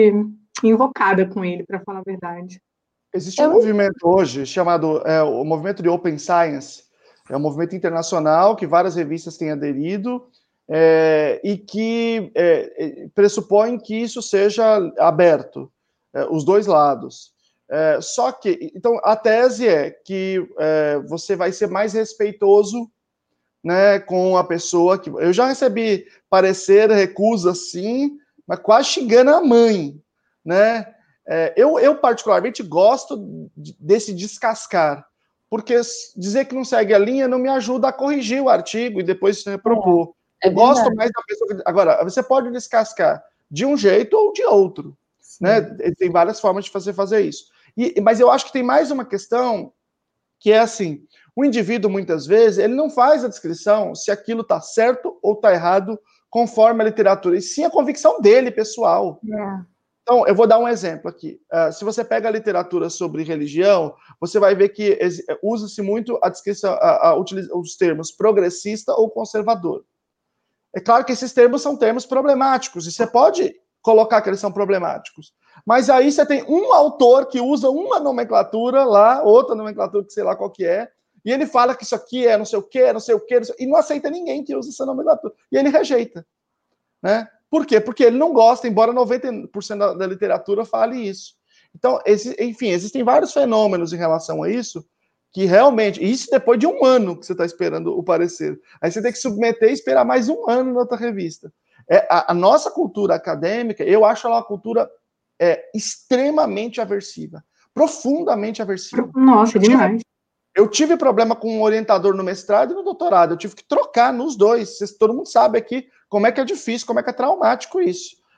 invocada com ele, para falar a verdade. Existe um eu... movimento hoje chamado é, o movimento de Open Science, é um movimento internacional que várias revistas têm aderido é, e que é, pressupõe que isso seja aberto, é, os dois lados. É, só que, então, a tese é que é, você vai ser mais respeitoso, né, com a pessoa que... Eu já recebi parecer, recusa, sim, mas quase xingando a mãe, né? É, eu, eu, particularmente, gosto desse descascar, porque dizer que não segue a linha não me ajuda a corrigir o artigo e depois se repropor. É, é eu verdade. Gosto mais da pessoa... Agora, você pode descascar de um jeito ou de outro, sim, né? Tem várias formas de fazer, fazer isso. E, mas eu acho que tem mais uma questão que é assim, o indivíduo, muitas vezes, ele não faz a descrição se aquilo está certo ou está errado conforme a literatura, e sim a convicção dele, pessoal. É. Então, eu vou dar um exemplo aqui. Uh, se você pega a literatura sobre religião, você vai ver que usa-se muito a descrição, a, a, a, os termos progressista ou conservador. É claro que esses termos são termos problemáticos, e você pode colocar que eles são problemáticos. Mas aí você tem um autor que usa uma nomenclatura lá, outra nomenclatura que sei lá qual que é, e ele fala que isso aqui é não sei o quê, não sei o quê, não sei... e não aceita ninguém que usa essa nomenclatura. E ele rejeita. Né? Por quê? Porque ele não gosta, embora noventa por cento da, da literatura fale isso. Então, esse, enfim, existem vários fenômenos em relação a isso, que realmente... Isso depois de um ano que você está esperando o parecer. Aí você tem que submeter e esperar mais um ano na outra revista. É, a, a nossa cultura acadêmica, eu acho ela uma cultura é, extremamente aversiva. Profundamente aversiva. Nossa, eu demais. Tive, eu tive problema com um orientador no mestrado e no doutorado. Eu tive que trocar nos dois. Todo mundo sabe aqui como é que é difícil, como é que é traumático isso.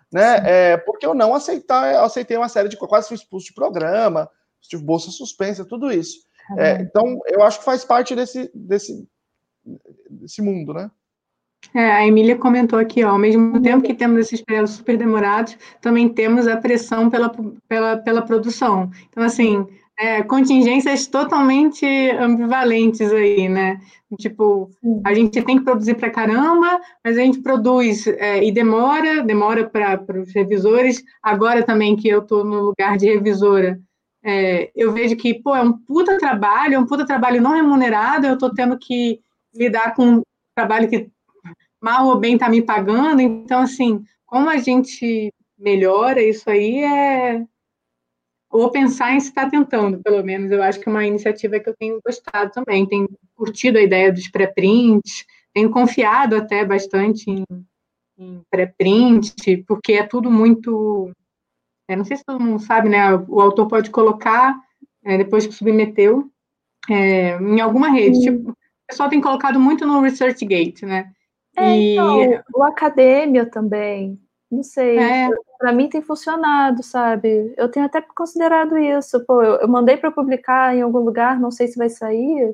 né? É, porque eu não aceitar, eu aceitei uma série de quase fui expulso de programa, tive bolsa suspensa, tudo isso. É, então, eu acho que faz parte desse, desse, desse mundo, né? É, a Emília comentou aqui, ó, ao mesmo tempo que temos esses prazos super demorados, também temos a pressão pela, pela, pela produção. Então, assim, é, contingências totalmente ambivalentes aí, né? Tipo, a gente tem que produzir para caramba, mas a gente produz é, e demora, demora para os revisores. Agora também que eu estou no lugar de revisora, é, eu vejo que, pô, é um puta trabalho, é um puta trabalho não remunerado, eu estou tendo que lidar com um trabalho que mal ou bem está me pagando, então, assim, como a gente melhora isso aí é... Ou pensar em se estar tentando, pelo menos, eu acho que é uma iniciativa que eu tenho gostado também, tenho curtido a ideia dos pré-prints, tenho confiado até bastante em, em pré-print, porque é tudo muito... É, não sei se todo mundo sabe, né, o autor pode colocar, é, depois que submeteu, é, em alguma rede, tipo, o pessoal tem colocado muito no ResearchGate, né? É, E então, o Academia também, não sei, é, para mim tem funcionado, sabe? Eu tenho até considerado isso, pô, eu, eu mandei para publicar em algum lugar, não sei se vai sair,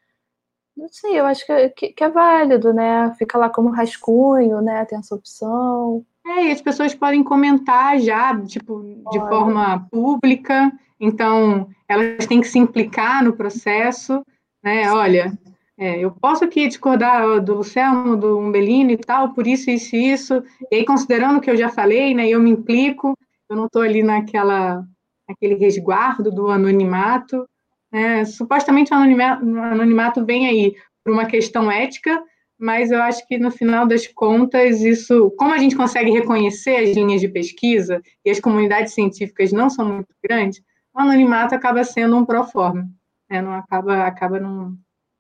não sei, eu acho que, que, que é válido, né? Fica lá como rascunho, né? Tem essa opção. É, e as pessoas podem comentar já, tipo, de Olha, forma pública, então elas têm que se implicar no processo, né? Olha, é, eu posso aqui discordar do Luciano, do Umbelino e tal, por isso, isso e isso, e aí considerando o que eu já falei, né, eu me implico, eu não estou ali naquela, naquele resguardo do anonimato, né? Supostamente o anonimato, o anonimato vem aí por uma questão ética, mas eu acho que no final das contas, isso, como a gente consegue reconhecer as linhas de pesquisa e as comunidades científicas não são muito grandes, o anonimato acaba sendo um pró-forma, né? Não acaba, acaba não,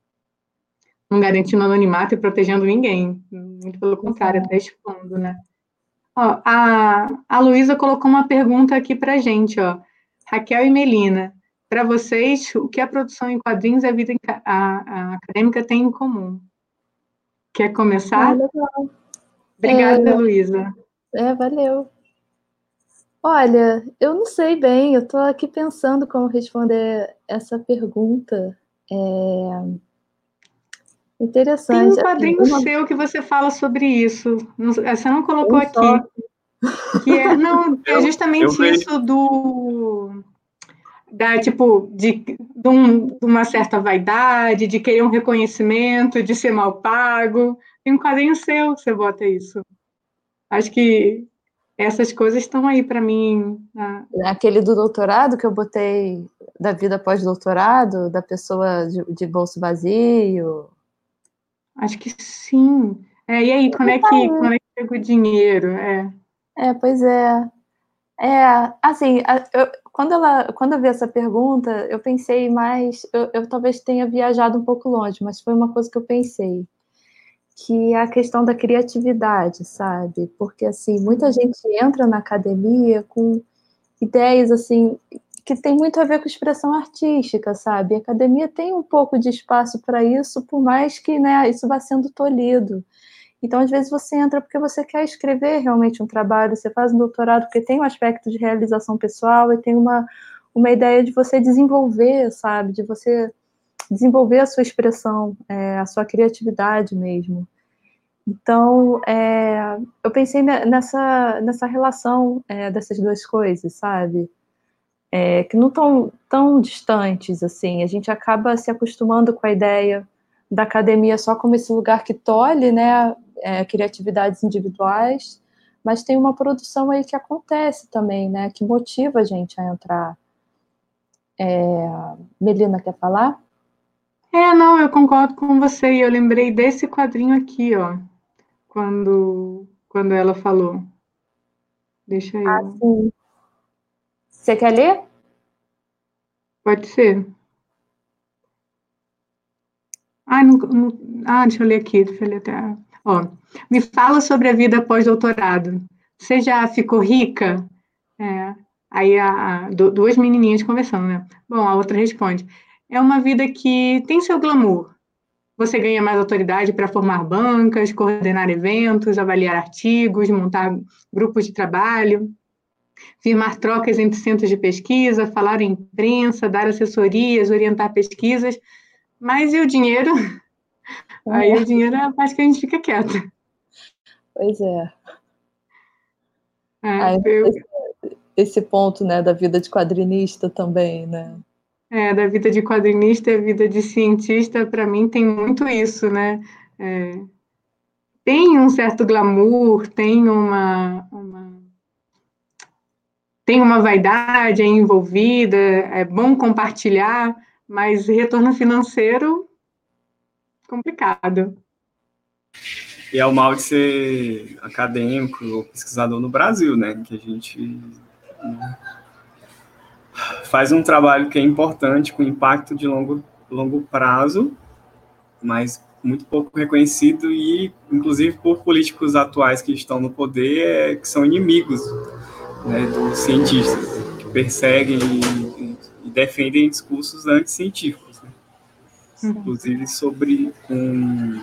não garantindo anonimato e protegendo ninguém, muito pelo contrário, até expondo, né? Ó, a, a Luísa colocou uma pergunta aqui para a gente, ó. Raquel e Melina, para vocês, o que a produção em quadrinhos e a vida a, a acadêmica tem em comum? Quer começar? legal. Obrigada, É, Luísa. é, valeu. Olha, eu não sei bem, eu estou aqui pensando como responder essa pergunta. É Tem um interessante. Assim, quadrinho uma, seu que você fala sobre isso. Você não colocou um só. aqui. Que é, não, é Eu, eu justamente vejo. isso do da tipo de, de, um, de uma certa vaidade, de querer um reconhecimento, de ser mal pago. Tem um quadrinho seu que você bota isso. Acho que essas coisas estão aí para mim. Né? Aquele do doutorado que eu botei, da vida pós-doutorado, da pessoa de, de bolso vazio. Acho que sim. É, e aí, quando é que quando é que chega o dinheiro? É. É, pois é. É, assim, a- eu- quando ela, quando eu vi essa pergunta, eu pensei mais, eu, eu talvez tenha viajado um pouco longe, mas foi uma coisa que eu pensei, que é a questão da criatividade, sabe? Porque, assim, muita gente entra na academia com ideias, assim, que tem muito a ver com expressão artística, sabe? A academia tem um pouco de espaço para isso, por mais que, né, isso vá sendo tolhido. Então, às vezes, você entra porque você quer escrever realmente um trabalho, você faz um doutorado porque tem um aspecto de realização pessoal e tem uma, uma ideia de você desenvolver, sabe? De você desenvolver a sua expressão, é, a sua criatividade mesmo. Então, é, eu pensei nessa, nessa relação é, dessas duas coisas, sabe? É, que não estão tão distantes, assim. A gente acaba se acostumando com a ideia da academia só como esse lugar que tolhe, né, é, criatividades individuais, mas tem uma produção aí que acontece também, né, que motiva a gente a entrar. É, Melina, quer falar? É, não, eu concordo com você e eu lembrei desse quadrinho aqui, ó, quando quando ela falou. Deixa eu. Sim. Você quer ler? Pode ser. Ah, não, não- ah, deixa eu ler aqui. Deixa eu ler até. Ó, me fala sobre a vida pós-doutorado. Você já ficou rica? É, aí a, a- du- duas menininhas conversando, né? Bom, a outra responde: é uma vida que tem seu glamour. você ganha mais autoridade para formar bancas, coordenar eventos, avaliar artigos, montar grupos de trabalho, firmar trocas entre centros de pesquisa, falar em imprensa, dar assessorias, orientar pesquisas. Mas e o dinheiro? Aí É. o dinheiro é a parte que a gente fica quieta. Pois é. É, Aí, eu, esse, esse ponto, né, da vida de quadrinista também, né? é, da vida de quadrinista e a vida de cientista, para mim, tem muito isso, né? É, tem um certo glamour, tem uma, uma, tem uma vaidade envolvida, é bom compartilhar, mas retorno financeiro, complicado. E é o mal de ser acadêmico ou pesquisador no Brasil, né? Que a gente faz um trabalho que é importante, com impacto de longo, longo prazo, mas muito pouco reconhecido e, inclusive, por políticos atuais que estão no poder, é, que são inimigos, né, dos cientistas, que perseguem e, e defendem discursos anticientíficos, né? Inclusive sobre com,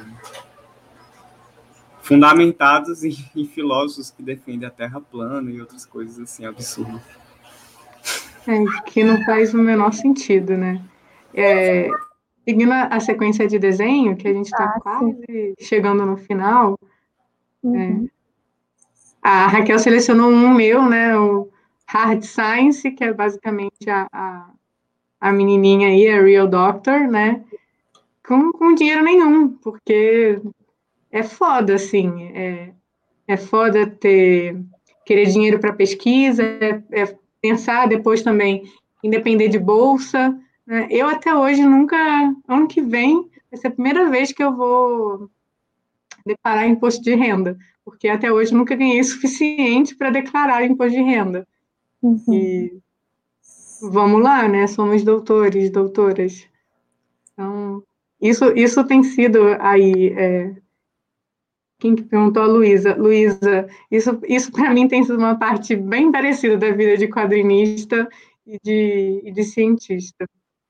fundamentados em, em filósofos que defendem a Terra plana e outras coisas assim absurdas. É, que não faz o menor sentido, né? É, seguindo a sequência de desenho, que a gente está Ah, quase chegando no final, uhum. a Raquel selecionou um meu, né? O Hard Science, que é basicamente a, a, a menininha aí, a Real Doctor, né? Com, com dinheiro nenhum, porque é foda, assim. É, é foda ter, querer dinheiro para pesquisa, é, é pensar depois também em depender de bolsa, né? Eu até hoje nunca, ano que vem, vai ser a primeira vez que eu vou declarar imposto de renda, porque até hoje nunca ganhei o suficiente para declarar imposto de renda. Uhum. E vamos lá, né? Somos doutores, doutoras. Então, isso, isso tem sido aí. É, quem que perguntou? A Luísa. Luísa, isso, isso para mim tem sido uma parte bem parecida da vida de quadrinista e de, e de cientista.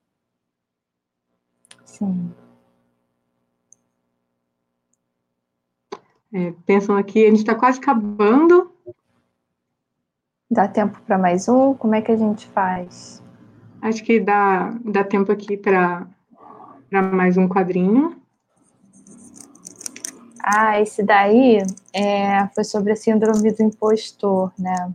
Sim. É, pensam aqui, a gente está quase acabando. Dá tempo para mais um? Como é que a gente faz? Acho que dá, dá tempo aqui para mais um quadrinho. Ah, esse daí é, foi sobre a síndrome do impostor, né?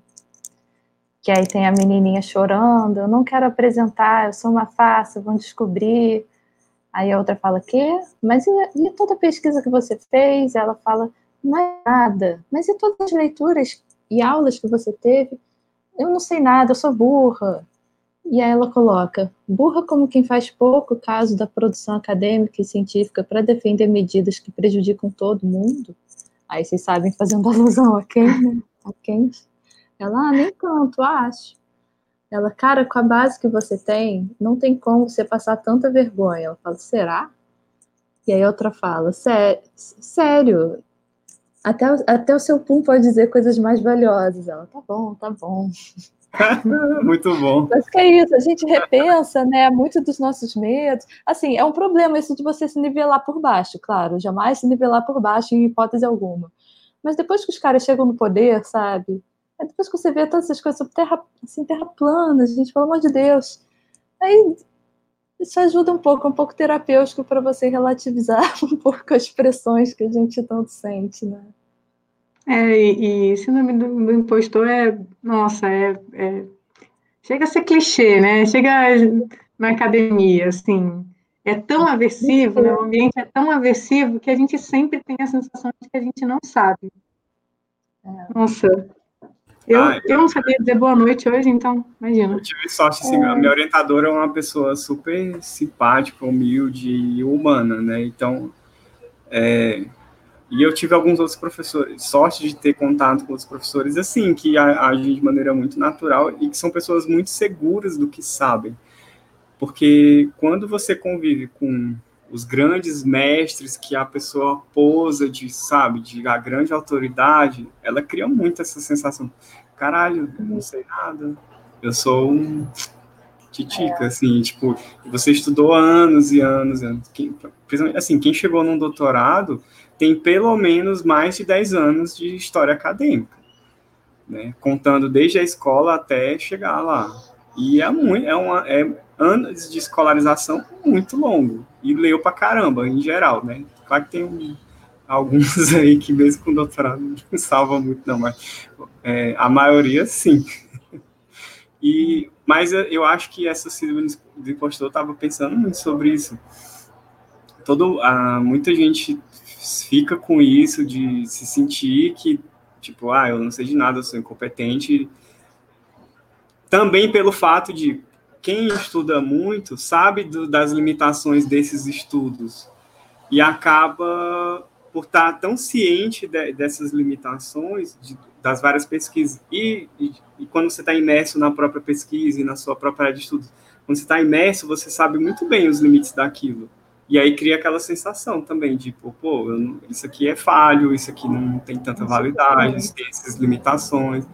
Que aí tem a menininha chorando, eu não quero apresentar, eu sou uma farsa, vão descobrir. Aí a outra fala, quê? Mas e, e toda a pesquisa que você fez? Ela fala, não é nada. Mas e todas as leituras e aulas que você teve? Eu não sei nada, eu sou burra. E aí ela coloca, burra como quem faz pouco caso da produção acadêmica e científica para defender medidas que prejudicam todo mundo. Aí vocês sabem, fazendo alusão a quem, né? A quem? Ela, ah, nem tanto, acho. Ela, cara, com a base que você tem, não tem como você passar tanta vergonha. Ela fala, será? E aí a outra fala, Sé sério, até, até o seu pum pode dizer coisas mais valiosas. Ela, tá bom, tá bom. Muito bom. Mas que é isso, a gente repensa, né, muito dos nossos medos. Assim, é um problema isso de você se nivelar por baixo, claro, jamais se nivelar por baixo em hipótese alguma. Mas depois que os caras chegam no poder, sabe? É depois que você vê todas essas coisas sobre terra, assim, terra plana, gente, pelo amor de Deus. Aí isso ajuda um pouco, é um pouco terapêutico para você relativizar um pouco as pressões que a gente tanto sente, né? É, e, e síndrome do, do impostor é, nossa, é, é, chega a ser clichê, né? Chega na academia, assim, é tão aversivo, né? O ambiente é tão aversivo que a gente sempre tem a sensação de que a gente não sabe. É. Nossa, eu, Ah, eu não sabia dizer boa noite hoje, então, imagina. Eu tive sorte, assim, a minha orientadora é uma pessoa super simpática, humilde e humana, né? Então, é, e eu tive alguns outros professores, sorte de ter contato com outros professores, assim, que agem de maneira muito natural e que são pessoas muito seguras do que sabem. Porque quando você convive com os grandes mestres que a pessoa posa de, sabe, de a grande autoridade, ela cria muito essa sensação, caralho, eu não sei nada, eu sou um titica, é. assim, tipo, você estudou anos e anos e anos. Quem, assim, quem chegou num doutorado tem pelo menos mais de dez anos de história acadêmica, né? Contando desde a escola até chegar lá. E é, muito, é, uma, é anos de escolarização muito longo. E leu pra caramba, em geral, né? Claro que tem um, alguns aí que mesmo com doutorado não salva muito, não, mas é, a maioria, sim. E, mas eu acho que essa síndrome do impostor, eu estava pensando muito sobre isso. Todo, ah, muita gente fica com isso de se sentir que, tipo, ah, eu não sei de nada, eu sou incompetente. Também pelo fato de quem estuda muito sabe do, das limitações desses estudos e acaba por estar tão ciente de, dessas limitações, de, das várias pesquisas, e, e, e quando você está imerso na própria pesquisa e na sua própria área de estudos, quando você está imerso, você sabe muito bem os limites daquilo. E aí cria aquela sensação também de, pô, pô eu não, isso aqui é falho, isso aqui não tem tanta validade, tem essas limitações.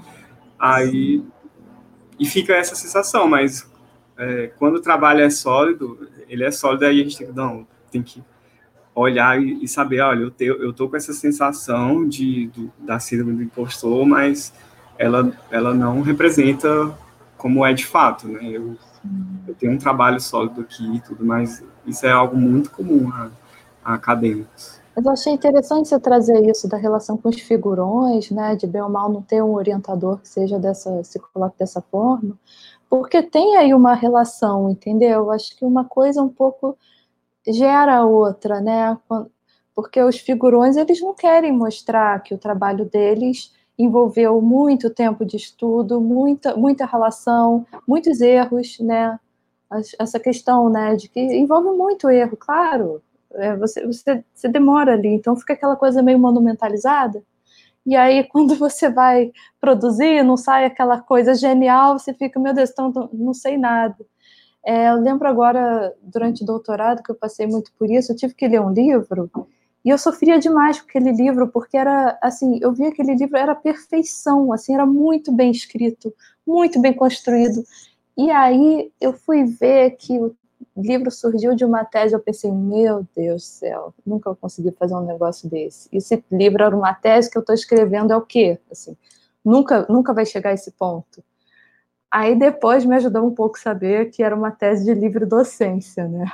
Aí, e fica essa sensação, mas é, quando o trabalho é sólido, ele é sólido, aí a gente tem que, não, tem que olhar e, e saber, olha, eu, te, eu tô com essa sensação de, do, da síndrome do impostor, mas ela, ela não representa como é de fato, né? Eu, eu tenho um trabalho sólido aqui e tudo, mas isso é algo muito comum a, a acadêmicos. Mas eu achei interessante você trazer isso da relação com os figurões, né, de bem ou mal não ter um orientador que seja dessa, se coloque dessa forma, porque tem aí uma relação, entendeu? Eu acho que uma coisa um pouco gera a outra, né? Porque os figurões, eles não querem mostrar que o trabalho deles envolveu muito tempo de estudo, muita, muita relação, muitos erros, né? Essa questão, né, de que envolve muito erro, claro, é, você, você, você demora ali, então fica aquela coisa meio monumentalizada, e aí quando você vai produzir, não sai aquela coisa genial, você fica, meu Deus, então, não sei nada. É, eu lembro agora, durante o doutorado, que eu passei muito por isso, eu tive que ler um livro, e eu sofria demais com aquele livro, porque era, assim, eu via aquele livro, era perfeição, assim, era muito bem escrito, muito bem construído, e aí eu fui ver que o livro surgiu de uma tese, eu pensei, meu Deus do céu, nunca vou conseguir fazer um negócio desse. Esse livro era uma tese que eu estou escrevendo, é o quê? Assim, nunca, nunca vai chegar a esse ponto. Aí depois me ajudou um pouco saber que era uma tese de livre docência, né?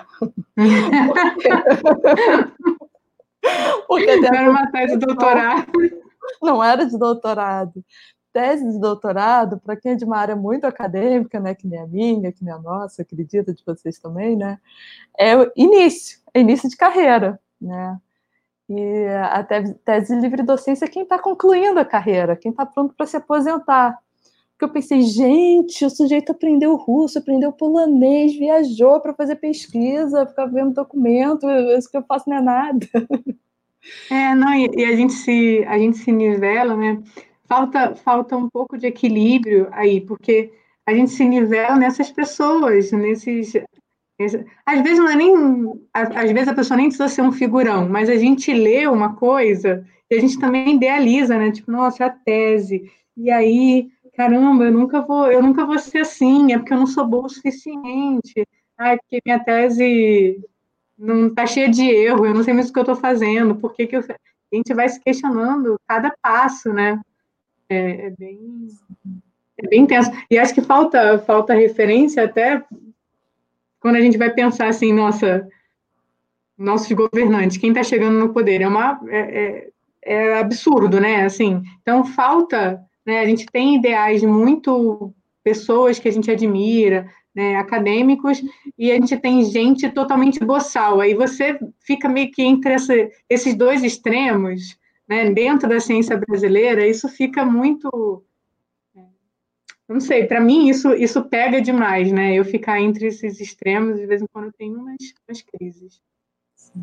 Porque não era uma tese de doutorado. Não era de doutorado. Tese de doutorado, para quem é de uma área muito acadêmica, né, que nem a minha, que nem a nossa, acredito de vocês também, né, é início, é início de carreira, né, e a tese de livre docência é quem está concluindo a carreira, quem está pronto para se aposentar. Porque eu pensei, gente, o sujeito aprendeu russo, aprendeu polonês, viajou para fazer pesquisa, ficar vendo documento, isso que eu faço não é nada. É, não, e, e a gente se, a gente se nivela, né? Falta, falta um pouco de equilíbrio aí, porque a gente se nivela nessas pessoas, nesses. Nesse, às vezes não é nem. Às vezes a pessoa nem precisa ser um figurão, mas a gente lê uma coisa e a gente também idealiza, né? Tipo, nossa, a tese. E aí, caramba, eu nunca vou, eu nunca vou ser assim, é porque eu não sou boa o suficiente. Ah, é porque minha tese não está cheia de erro, eu não sei mais o que eu estou fazendo, por que que eu... A gente vai se questionando cada passo, né? É, é bem, é bem intenso. E acho que falta, falta referência até quando a gente vai pensar assim, nossa, nossos governantes, quem está chegando no poder, é, uma, é, é, é absurdo, né? Assim, então falta, né? A gente tem ideais de muito pessoas que a gente admira, né, acadêmicos, e a gente tem gente totalmente boçal. Aí você fica meio que entre essa, esses dois extremos, né, dentro da ciência brasileira, isso fica muito... Não sei, para mim isso, isso pega demais, né? Eu ficar entre esses extremos, de vez em quando eu tenho umas, umas crises. Sim.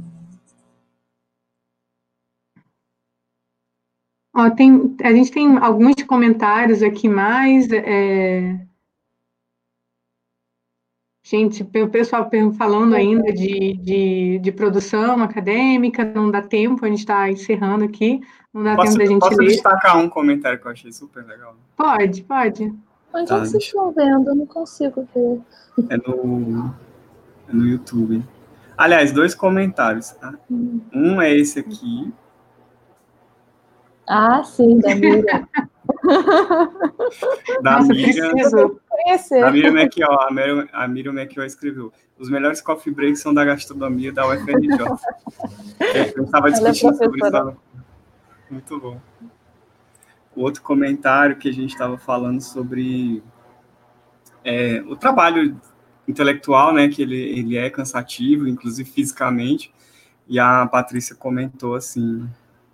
Ó, tem, a gente tem alguns comentários aqui mais... É... Gente, o pessoal falando ainda de, de, de produção acadêmica, não dá tempo, a gente está encerrando aqui, não dá posso, tempo da gente posso ler. Posso destacar um comentário que eu achei super legal? Pode, pode. Onde Tá, é que vocês deixa- estão vendo? Eu não consigo ver. É no, é no YouTube. Aliás, dois comentários, tá? Hum. Um é esse aqui, Ah, sim, da Miriam. da Nossa, Miriam, preciso. da Conhecer. Miriam McKeown. A Miriam, a Miriam McKeown escreveu: os melhores coffee breaks são da gastronomia da U F R J. É, a gente estava Ela é discutindo sobre isso professora. lá. Muito bom. O outro comentário que a gente estava falando sobre é, o trabalho intelectual, né, que ele, ele é cansativo, inclusive fisicamente, e a Patrícia comentou assim,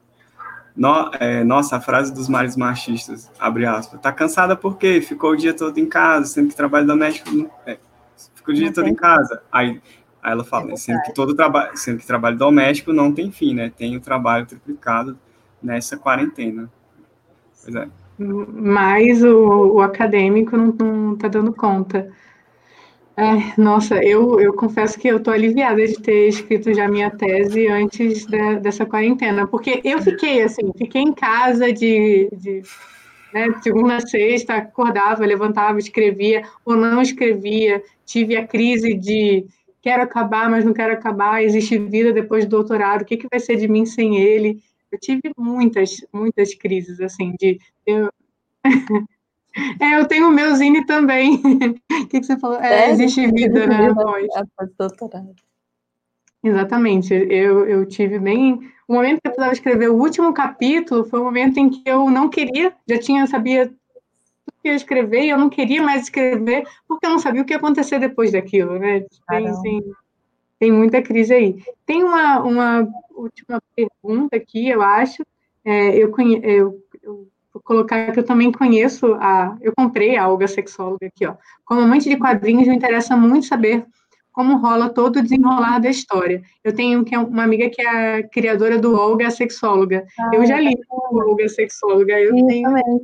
no, é, nossa, a frase dos mares machistas, abre aspas, tá cansada por quê? Ficou o dia todo em casa, sendo que trabalho doméstico, é, ficou o dia Não todo tem em casa, aí, aí ela fala, né, sendo que todo trabalho, sendo que trabalho doméstico não tem fim, né, tem o trabalho triplicado nessa quarentena. Pois é. Mas o, o acadêmico não, não tá dando conta. Ai, nossa, eu, eu confesso que eu estou aliviada de ter escrito já minha tese antes da- dessa quarentena, porque eu fiquei assim, fiquei em casa de, de, né, de segunda a sexta, acordava, levantava, escrevia ou não escrevia, tive a crise de quero acabar, mas não quero acabar, existe vida depois do doutorado, o que que vai ser de mim sem ele? Eu tive muitas, muitas crises, assim, de eu, é, eu tenho o meu zine também. O que que você falou? É, sério? existe vida, né, Vida após. após doutorado. Exatamente. Eu, eu tive bem. O momento que eu precisava escrever o último capítulo foi o momento em que eu não queria, já tinha, sabia tudo que ia escrever, e eu não queria mais escrever, porque eu não sabia o que ia acontecer depois daquilo, né? Tem, Caramba. tem, tem muita crise aí. Tem uma, uma última pergunta aqui, eu acho. É, eu, conhe, eu, eu vou colocar que eu também conheço a. Eu comprei a Olga Sexóloga aqui, ó. Como amante de quadrinhos, me interessa muito saber como rola todo o desenrolar da história. Eu tenho que é uma amiga que é a criadora do Olga Sexóloga. Eu Ah, já é li o bacana. Olga Sexóloga, eu E tenho. também.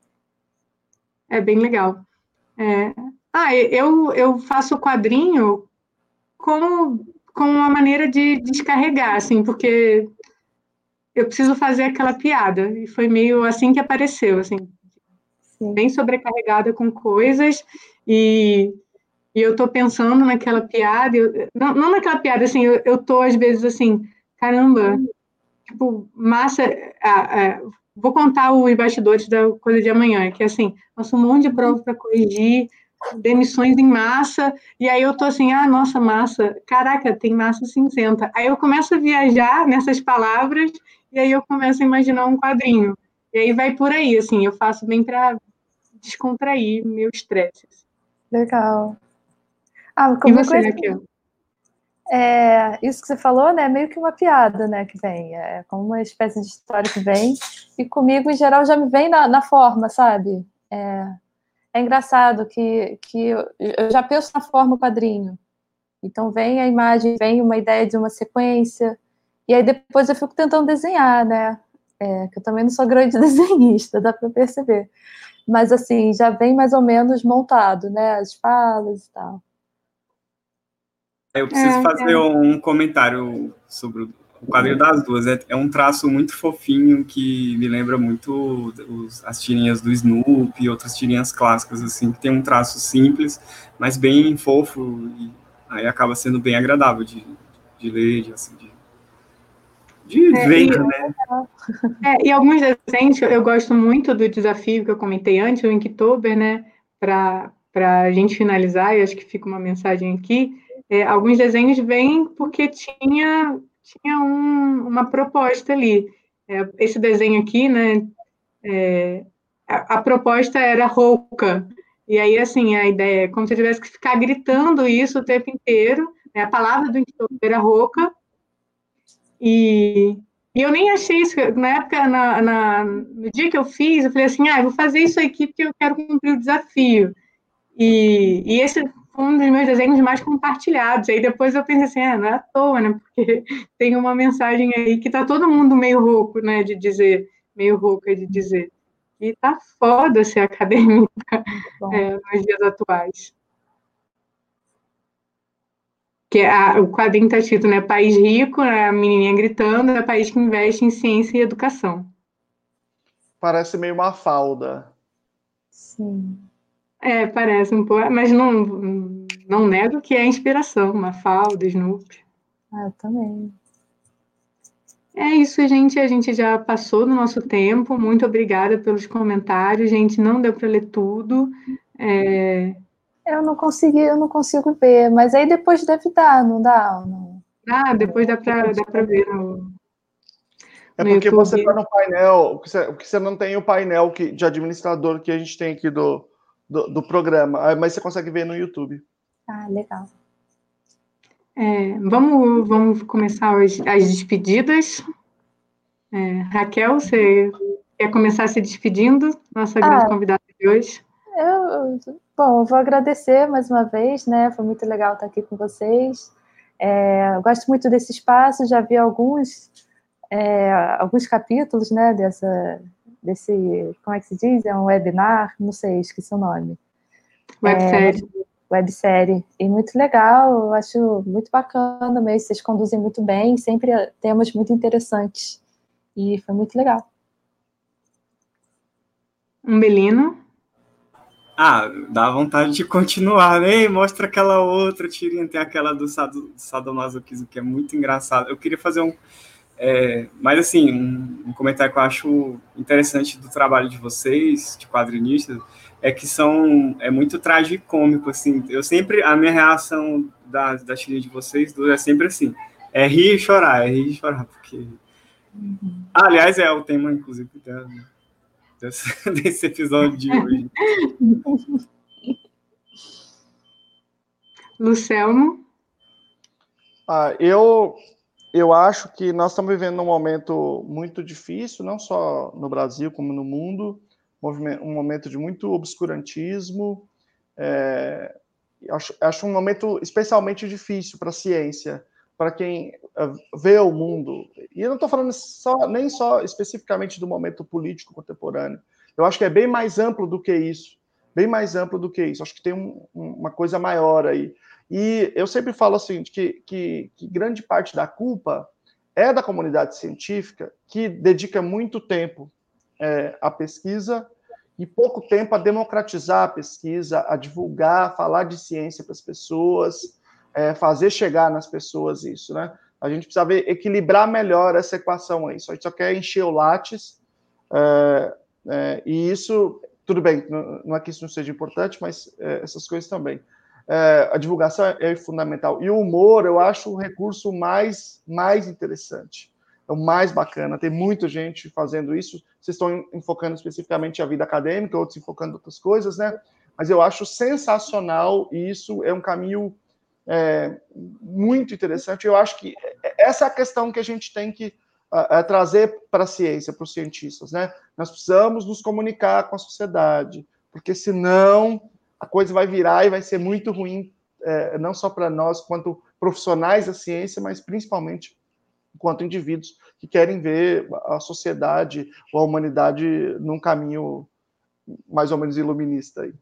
É bem legal. É, ah, eu, eu faço quadrinho como, como uma maneira de descarregar, assim, porque eu preciso fazer aquela piada. E foi meio assim que apareceu, assim, Sim. bem sobrecarregada com coisas e, e eu tô pensando naquela piada, eu, não, não naquela piada, assim, eu, eu tô às vezes assim, caramba, tipo, massa, ah, ah, vou contar os bastidores da coisa de amanhã, que é assim, nossa, um monte de prova para corrigir, demissões em massa, e aí eu tô assim, ah, nossa, massa, caraca, tem massa cinzenta. Aí eu começo a viajar nessas palavras, e aí eu começo a imaginar um quadrinho. E aí vai por aí, assim, eu faço bem para descontrair meu estresse. Legal. Ah, E comigo você, é, Raquel? é isso que você falou, né? É meio que uma piada, né? Que vem. É como uma espécie de história que vem. E comigo, em geral, já me vem na, na forma, sabe? É, é engraçado que, que eu, eu já penso na forma o quadrinho. Então vem a imagem, vem uma ideia de uma sequência. E aí depois eu fico tentando desenhar, né? É, que eu também não sou grande desenhista, dá para perceber. Mas assim, já vem mais ou menos montado, né? As falas e tal. Eu preciso É, fazer um comentário sobre o quadrinho das duas. É, é um traço muito fofinho que me lembra muito os, as tirinhas do Snoopy e outras tirinhas clássicas, assim, que tem um traço simples, mas bem fofo, e aí acaba sendo bem agradável de, de ler, de, assim, de, de é, ver, e, né? é, e alguns desenhos, eu gosto muito do desafio que eu comentei antes, o Inktober, né? Para a gente finalizar, e acho que fica uma mensagem aqui. É, alguns desenhos vêm porque tinha, tinha um, uma proposta ali. É, esse desenho aqui, né? É, a, a proposta era rouca. E aí, assim, a ideia é como se eu tivesse que ficar gritando isso o tempo inteiro. Né? A palavra do Inktober era rouca. E, e eu nem achei isso, na época, na, na, no dia que eu fiz, eu falei assim, ah, eu vou fazer isso aqui porque eu quero cumprir o desafio. E, e esse foi um dos meus desenhos mais compartilhados. Aí depois eu pensei assim, ah, não é à toa, né? Porque tem uma mensagem aí que tá todo mundo meio rouco, né? De dizer, meio rouca de dizer. E tá foda ser acadêmica é, nos dias atuais. Que a, o quadrinho está escrito, né? País rico, né, a menininha gritando, é país que investe em ciência e educação. Parece meio uma falda. Sim. É, parece um pouco, mas não, não nego que é inspiração, Mafalda, Snoopy. Ah, eu também. É isso, gente. A gente já passou do nosso tempo. Muito obrigada pelos comentários. Gente, não deu para ler tudo. É... Eu não consegui, eu não consigo ver, mas aí depois deve dar, não dá? Não. Ah, depois dá para dá para ver no, É no porque você YouTube. está no painel, porque você não tem o painel que, de administrador que a gente tem aqui do, do, do programa, mas você consegue ver no YouTube. Ah, legal. É, vamos, vamos começar as, as despedidas. É, Raquel, você quer começar se despedindo? Nossa grande Ah, convidada de hoje. Eu, bom, eu vou agradecer mais uma vez, né? Foi muito legal estar aqui com vocês. É, eu gosto muito desse espaço, já vi alguns, é, alguns capítulos, né? Dessa, desse, como é que se diz? É um webinar? Não sei, esqueci o nome. Websérie. É, websérie. E muito legal, eu acho muito bacana mesmo. Vocês conduzem muito bem, sempre temas muito interessantes. E foi muito legal. Um Belino. Ah, dá vontade de continuar, né? E mostra aquela outra tirinha, tem aquela do sado, sadomasoquismo, que é muito engraçado. Eu queria fazer um... É, mas, assim, um, um comentário que eu acho interessante do trabalho de vocês, de quadrinistas, é que são... É muito tragicômico, assim. Eu sempre... A minha reação da, da tirinha de vocês é sempre assim. É rir e chorar, é rir e chorar, porque... Uhum. Ah, aliás, é o tema, inclusive, da... Desse, desse episódio de hoje. Lucelmo. Ah, eu, eu acho que nós estamos vivendo um momento muito difícil, não só no Brasil, como no mundo, um momento de muito obscurantismo. É, acho, acho um momento especialmente difícil para a ciência, para quem vê o mundo. E eu não estou falando só, nem só especificamente do momento político contemporâneo. Eu acho que é bem mais amplo do que isso. Bem mais amplo do que isso. Acho que tem um, uma coisa maior aí. E eu sempre falo assim, que, que, que grande parte da culpa é da comunidade científica, que dedica muito tempo é, à pesquisa e pouco tempo a democratizar a pesquisa, a divulgar, a falar de ciência para as pessoas, é, fazer chegar nas pessoas isso, né? A gente precisa ver, equilibrar melhor essa equação aí. Só, só quer encher o látis, é, é, e isso, tudo bem, não, não é que isso não seja importante, mas é, essas coisas também. É, a divulgação é, é fundamental. E o humor, eu acho o recurso mais, mais interessante. É o mais bacana. Tem muita gente fazendo isso. Vocês estão enfocando especificamente a vida acadêmica, outros enfocando outras coisas, né? Mas eu acho sensacional e isso é um caminho é, muito interessante. Eu acho que essa é a questão que a gente tem que uh, uh, trazer para a ciência, para os cientistas, né? Nós precisamos nos comunicar com a sociedade, porque senão a coisa vai virar e vai ser muito ruim, é, não só para nós, quanto profissionais da ciência, mas principalmente enquanto indivíduos que querem ver a sociedade ou a humanidade num caminho mais ou menos iluminista aí.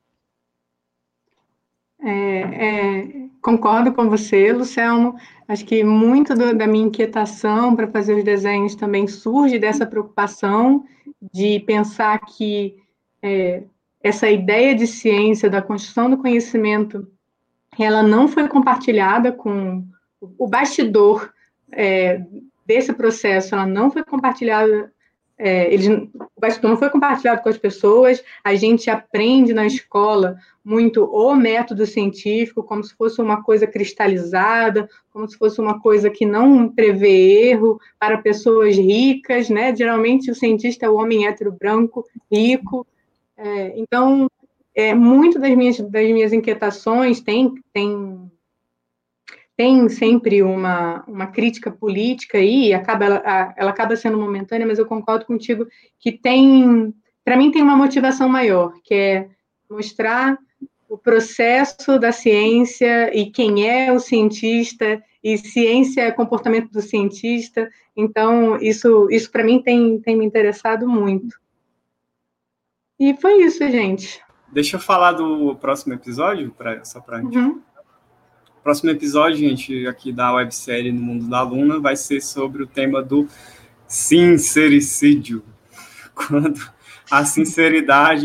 É, é, concordo com você, Lucelmo. Acho que muito do, da minha inquietação para fazer os desenhos também surge dessa preocupação de pensar que é, essa ideia de ciência, da construção do conhecimento, ela não foi compartilhada com o bastidor é, desse processo, ela não foi compartilhada. É, eles, o bastidor não foi compartilhado com as pessoas, a gente aprende na escola muito o método científico, como se fosse uma coisa cristalizada, como se fosse uma coisa que não prevê erro para pessoas ricas, né? Geralmente o cientista é o homem hétero branco, rico. É, então, é, muito das minhas, das minhas inquietações tem, tem tem sempre uma, uma crítica política aí, acaba, ela, ela acaba sendo momentânea, mas eu concordo contigo que tem, para mim tem uma motivação maior, que é mostrar o processo da ciência e quem é o cientista, e ciência é comportamento do cientista, então isso, isso para mim tem, tem me interessado muito. E foi isso, gente. Deixa eu falar do próximo episódio, pra, só para a gente... Uhum. Próximo episódio, gente, aqui da websérie No Mundo da Aluna, vai ser sobre o tema do sincericídio. Quando a sinceridade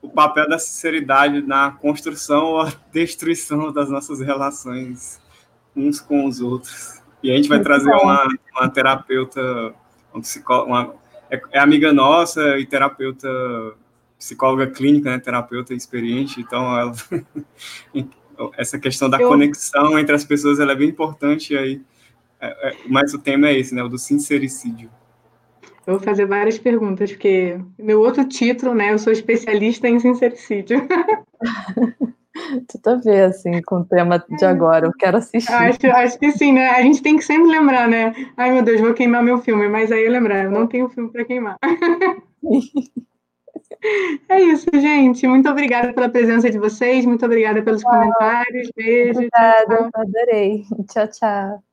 o papel da sinceridade na construção ou destruição das nossas relações uns com os outros. E a gente vai Muito trazer uma, uma terapeuta, uma psicóloga, uma, é, é amiga nossa e terapeuta, psicóloga clínica, né, terapeuta experiente, então ela, essa questão da Eu... conexão entre as pessoas ela é bem importante, aí, é, é, mas o tema é esse, né, o do sincericídio. Eu vou fazer várias perguntas, porque meu outro título, né, eu sou especialista em sincericídio. Tudo a ver, assim, com o tema de agora, eu quero assistir. Acho, acho que sim, né? A gente tem que sempre lembrar, né? Ai, meu Deus, vou queimar meu filme, mas aí eu lembrar, eu não tenho filme para queimar. É isso, gente. Muito obrigada pela presença de vocês, muito obrigada pelos tchau. comentários, beijo, Obrigada, tchau, tchau. Adorei. Tchau, tchau.